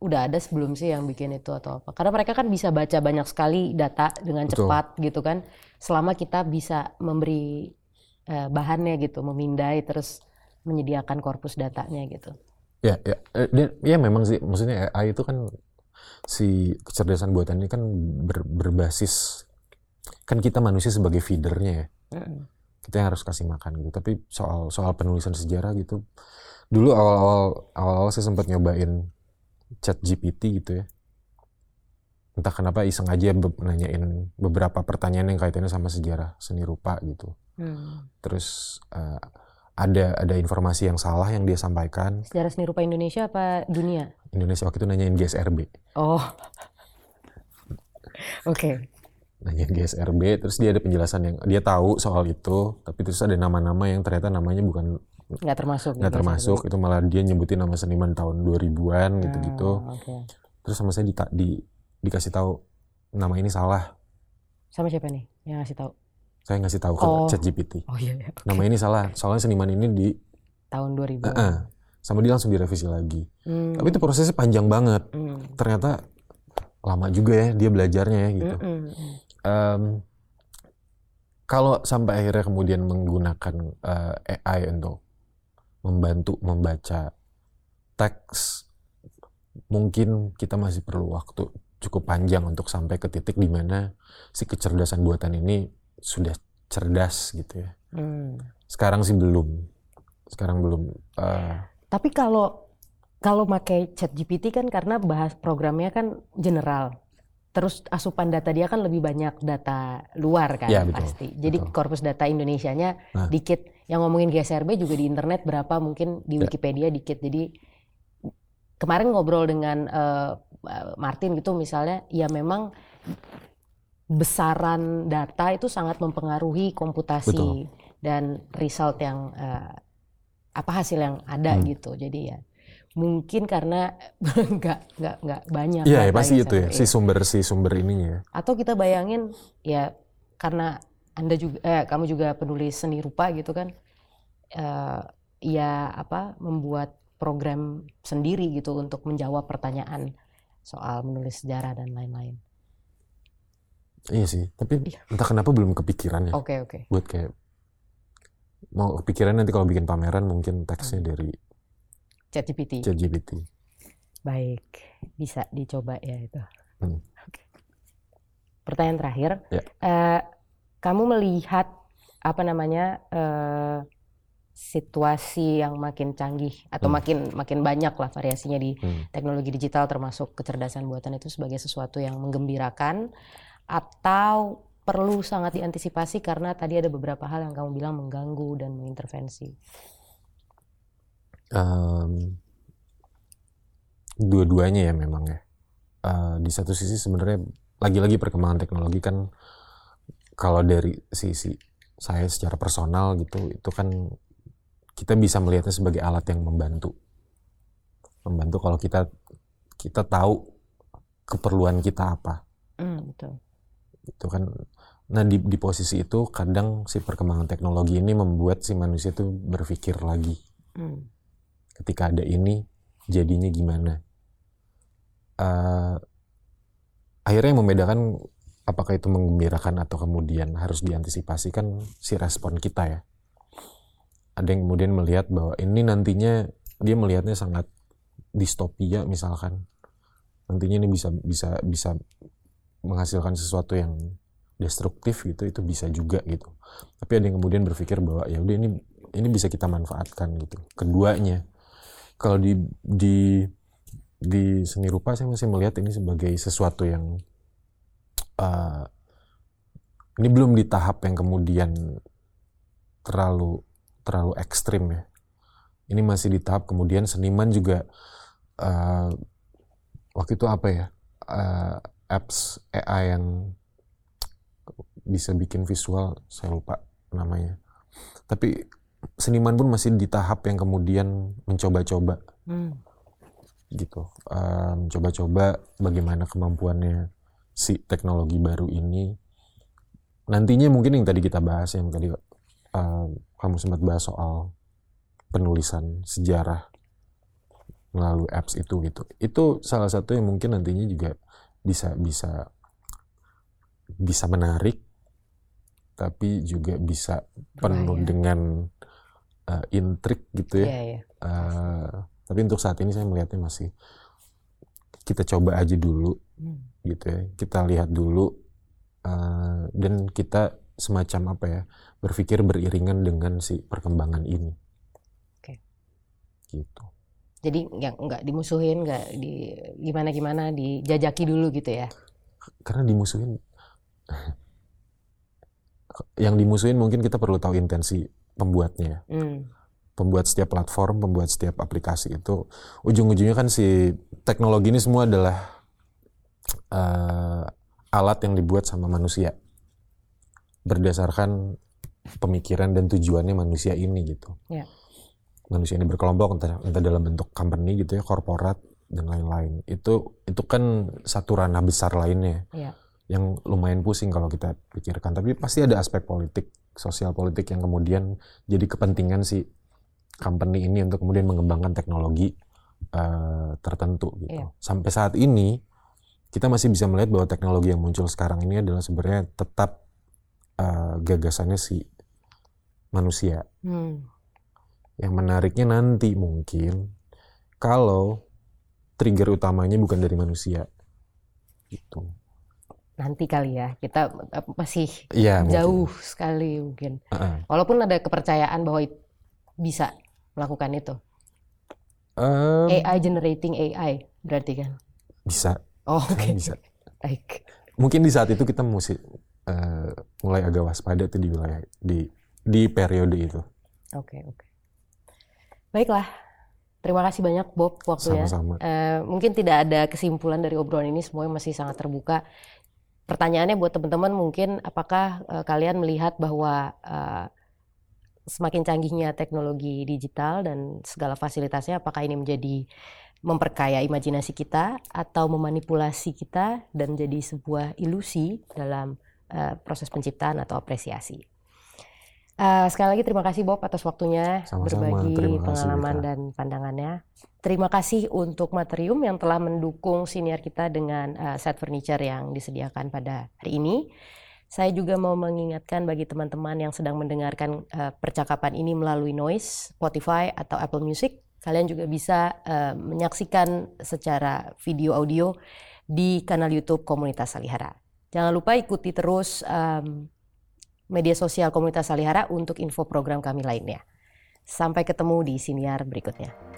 udah ada sebelum sih yang bikin itu atau apa? Karena mereka kan bisa baca banyak sekali data dengan Betul. cepat gitu kan. Selama kita bisa memberi uh, bahannya gitu, memindai terus menyediakan korpus datanya gitu. Ya, ya, ya, ya memang sih. Maksudnya A I itu kan si kecerdasan buatan ini kan ber, berbasis kan kita manusia sebagai feedernya ya. Mm. Kita yang harus kasih makan gitu. Tapi soal soal penulisan sejarah gitu, dulu awal-awal awal-awal saya sempat nyobain ChatGPT gitu ya. Entah kenapa iseng aja be- nanyain beberapa pertanyaan yang kaitannya sama sejarah seni rupa gitu. Hmm. Terus uh, ada ada informasi yang salah yang dia sampaikan. Sejarah seni rupa Indonesia apa dunia? Indonesia, waktu itu nanyain G S R B. Oh. Oke. Okay. Nanyain G S R B, terus dia ada penjelasan yang dia tahu soal itu, tapi terus ada nama-nama yang ternyata namanya bukan nggak termasuk nggak termasuk itu, malah dia nyebutin nama seniman tahun dua ribuan gitu-gitu. Oh, okay. Terus sama saya di, di dikasih tahu nama ini salah. Sama siapa nih yang ngasih tahu? Saya ngasih tahu ke oh. ChatGPT. Oh iya, iya. Okay. Nama ini salah, soalnya seniman ini di tahun dua ribu. Uh-uh. Sama dia langsung direvisi lagi. Hmm. Tapi itu prosesnya panjang banget. Hmm. Ternyata lama juga ya dia belajarnya ya gitu. Hmm. Um, kalau sampai akhirnya kemudian menggunakan uh, A I untuk membantu membaca teks, mungkin kita masih perlu waktu cukup panjang untuk sampai ke titik di mana si kecerdasan buatan ini sudah cerdas gitu ya. Hmm. Sekarang sih belum, sekarang belum. Uh, Tapi kalau kalau pakai ChatGPT kan karena bahas programnya kan general, terus asupan data dia kan lebih banyak data luar kan ya, betul, pasti. Jadi betul. Korpus data Indonesianya nah. dikit. Yang ngomongin G S R B juga di internet berapa, mungkin di Wikipedia dikit. Jadi kemarin ngobrol dengan uh, Martin gitu misalnya, ya memang besaran data itu sangat mempengaruhi komputasi betul. Dan result yang uh, apa hasil yang ada hmm. gitu. Jadi ya mungkin karena nggak nggak nggak banyak. Iya ya, pasti itu ya, si sumber si sumber ininya. Atau kita bayangin ya karena Anda juga, eh, kamu juga penulis seni rupa gitu kan, uh, ya apa membuat program sendiri gitu untuk menjawab pertanyaan soal menulis sejarah dan lain-lain. Iya sih, tapi iya. entah kenapa belum kepikiran ya. Oke okay, oke. Okay. Buat kayak mau kepikiran nanti kalau bikin pameran mungkin teksnya hmm. dari ChatGPT. ChatGPT. Baik, bisa dicoba ya itu. Hmm. Okay. Pertanyaan terakhir. Ya. Uh, Kamu melihat apa namanya uh, situasi yang makin canggih atau hmm. makin makin banyak lah variasinya di hmm. teknologi digital termasuk kecerdasan buatan itu sebagai sesuatu yang menggembirakan atau perlu sangat diantisipasi karena tadi ada beberapa hal yang kamu bilang mengganggu dan mengintervensi? Um, dua-duanya ya memang ya. Uh, di satu sisi sebenarnya lagi-lagi perkembangan teknologi kan. Kalau dari sisi saya secara personal gitu, itu kan kita bisa melihatnya sebagai alat yang membantu. Membantu kalau kita kita tahu keperluan kita apa. Mm, betul. Itu kan. Nah di, di posisi itu kadang si perkembangan teknologi ini membuat si manusia itu berpikir lagi. Mm. Ketika ada ini, jadinya gimana? Uh, akhirnya yang membedakan apakah itu menggembirakan atau kemudian harus diantisipasi kan si respon kita ya. Ada yang kemudian melihat bahwa ini nantinya dia melihatnya sangat distopia misalkan. Nantinya ini bisa bisa bisa menghasilkan sesuatu yang destruktif gitu, itu bisa juga gitu. Tapi ada yang kemudian berpikir bahwa ya udah ini ini bisa kita manfaatkan gitu. Keduanya. Kalau di di di seni rupa saya masih melihat ini sebagai sesuatu yang Uh, ini belum di tahap yang kemudian terlalu terlalu ekstrim ya. Ini masih di tahap kemudian seniman juga uh, waktu itu apa ya uh, apps A I yang bisa bikin visual, saya lupa namanya. Tapi seniman pun masih di tahap yang kemudian mencoba-coba, hmm. gitu, uh, mencoba-coba bagaimana kemampuannya si teknologi baru ini. Nantinya mungkin yang tadi kita bahas, yang tadi uh, kamu sempat bahas soal penulisan sejarah. melalui apps itu gitu. Itu salah satu yang mungkin nantinya juga bisa bisa bisa menarik, tapi juga bisa penuh Berbahaya. dengan uh, intrik gitu ya. Iya, iya. Uh, tapi untuk saat ini saya melihatnya masih kita coba aja dulu, Hmm. gitu ya. Kita lihat dulu uh, dan kita semacam apa ya, berpikir beriringan dengan si perkembangan ini. Oke. Gitu. Jadi yang nggak dimusuhin, nggak di gimana-gimana, dijajaki dulu gitu ya? Karena dimusuhin, yang dimusuhin mungkin kita perlu tahu intensi pembuatnya. Hmm. Pembuat setiap platform, pembuat setiap aplikasi itu ujung-ujungnya kan si teknologi ini semua adalah uh, alat yang dibuat sama manusia berdasarkan pemikiran dan tujuannya manusia ini gitu. Ya. Manusia ini berkelompok entah, entah dalam bentuk company gitu ya, korporat dan lain-lain. Itu itu kan satu ranah besar lainnya. Ya. Yang lumayan pusing kalau kita pikirkan. Tapi pasti ada aspek politik, sosial politik yang kemudian jadi kepentingan si company ini untuk kemudian mengembangkan teknologi uh, tertentu gitu. Iya. Sampai saat ini kita masih bisa melihat bahwa teknologi yang muncul sekarang ini adalah sebenarnya tetap uh, gagasannya si manusia. Hmm. Yang menariknya nanti mungkin kalau trigger utamanya bukan dari manusia gitu. Nanti kali ya, kita masih ya, jauh mungkin. sekali mungkin. Uh-uh. Walaupun ada kepercayaan bahwa bisa melakukan itu. Um, A I generating A I berarti kan? Bisa. Oh, oke. Okay. Bisa. Baik. Mungkin di saat itu kita mesti uh, mulai agak waspada tuh di wilayah di di periode itu. Oke, okay, oke. Okay. Baiklah. Terima kasih banyak Bob waktunya. Sama-sama. Uh, mungkin tidak ada kesimpulan dari obrolan ini, semuanya masih sangat terbuka. Pertanyaannya buat teman-teman mungkin apakah uh, kalian melihat bahwa uh, semakin canggihnya teknologi digital dan segala fasilitasnya, apakah ini menjadi memperkaya imajinasi kita atau memanipulasi kita dan jadi sebuah ilusi dalam uh, proses penciptaan atau apresiasi. Uh, sekali lagi terima kasih Bob atas waktunya. Sama-sama. Berbagi Terima kasih, pengalaman Beka. dan pandangannya. Terima kasih untuk Materium yang telah mendukung siniar kita dengan uh, set furniture yang disediakan pada hari ini. Saya juga mau mengingatkan bagi teman-teman yang sedang mendengarkan uh, percakapan ini melalui Noise, Spotify, atau Apple Music. Kalian juga bisa uh, menyaksikan secara video audio di kanal YouTube Komunitas Salihara. Jangan lupa ikuti terus um, media sosial Komunitas Salihara untuk info program kami lainnya. Sampai ketemu di siniar berikutnya.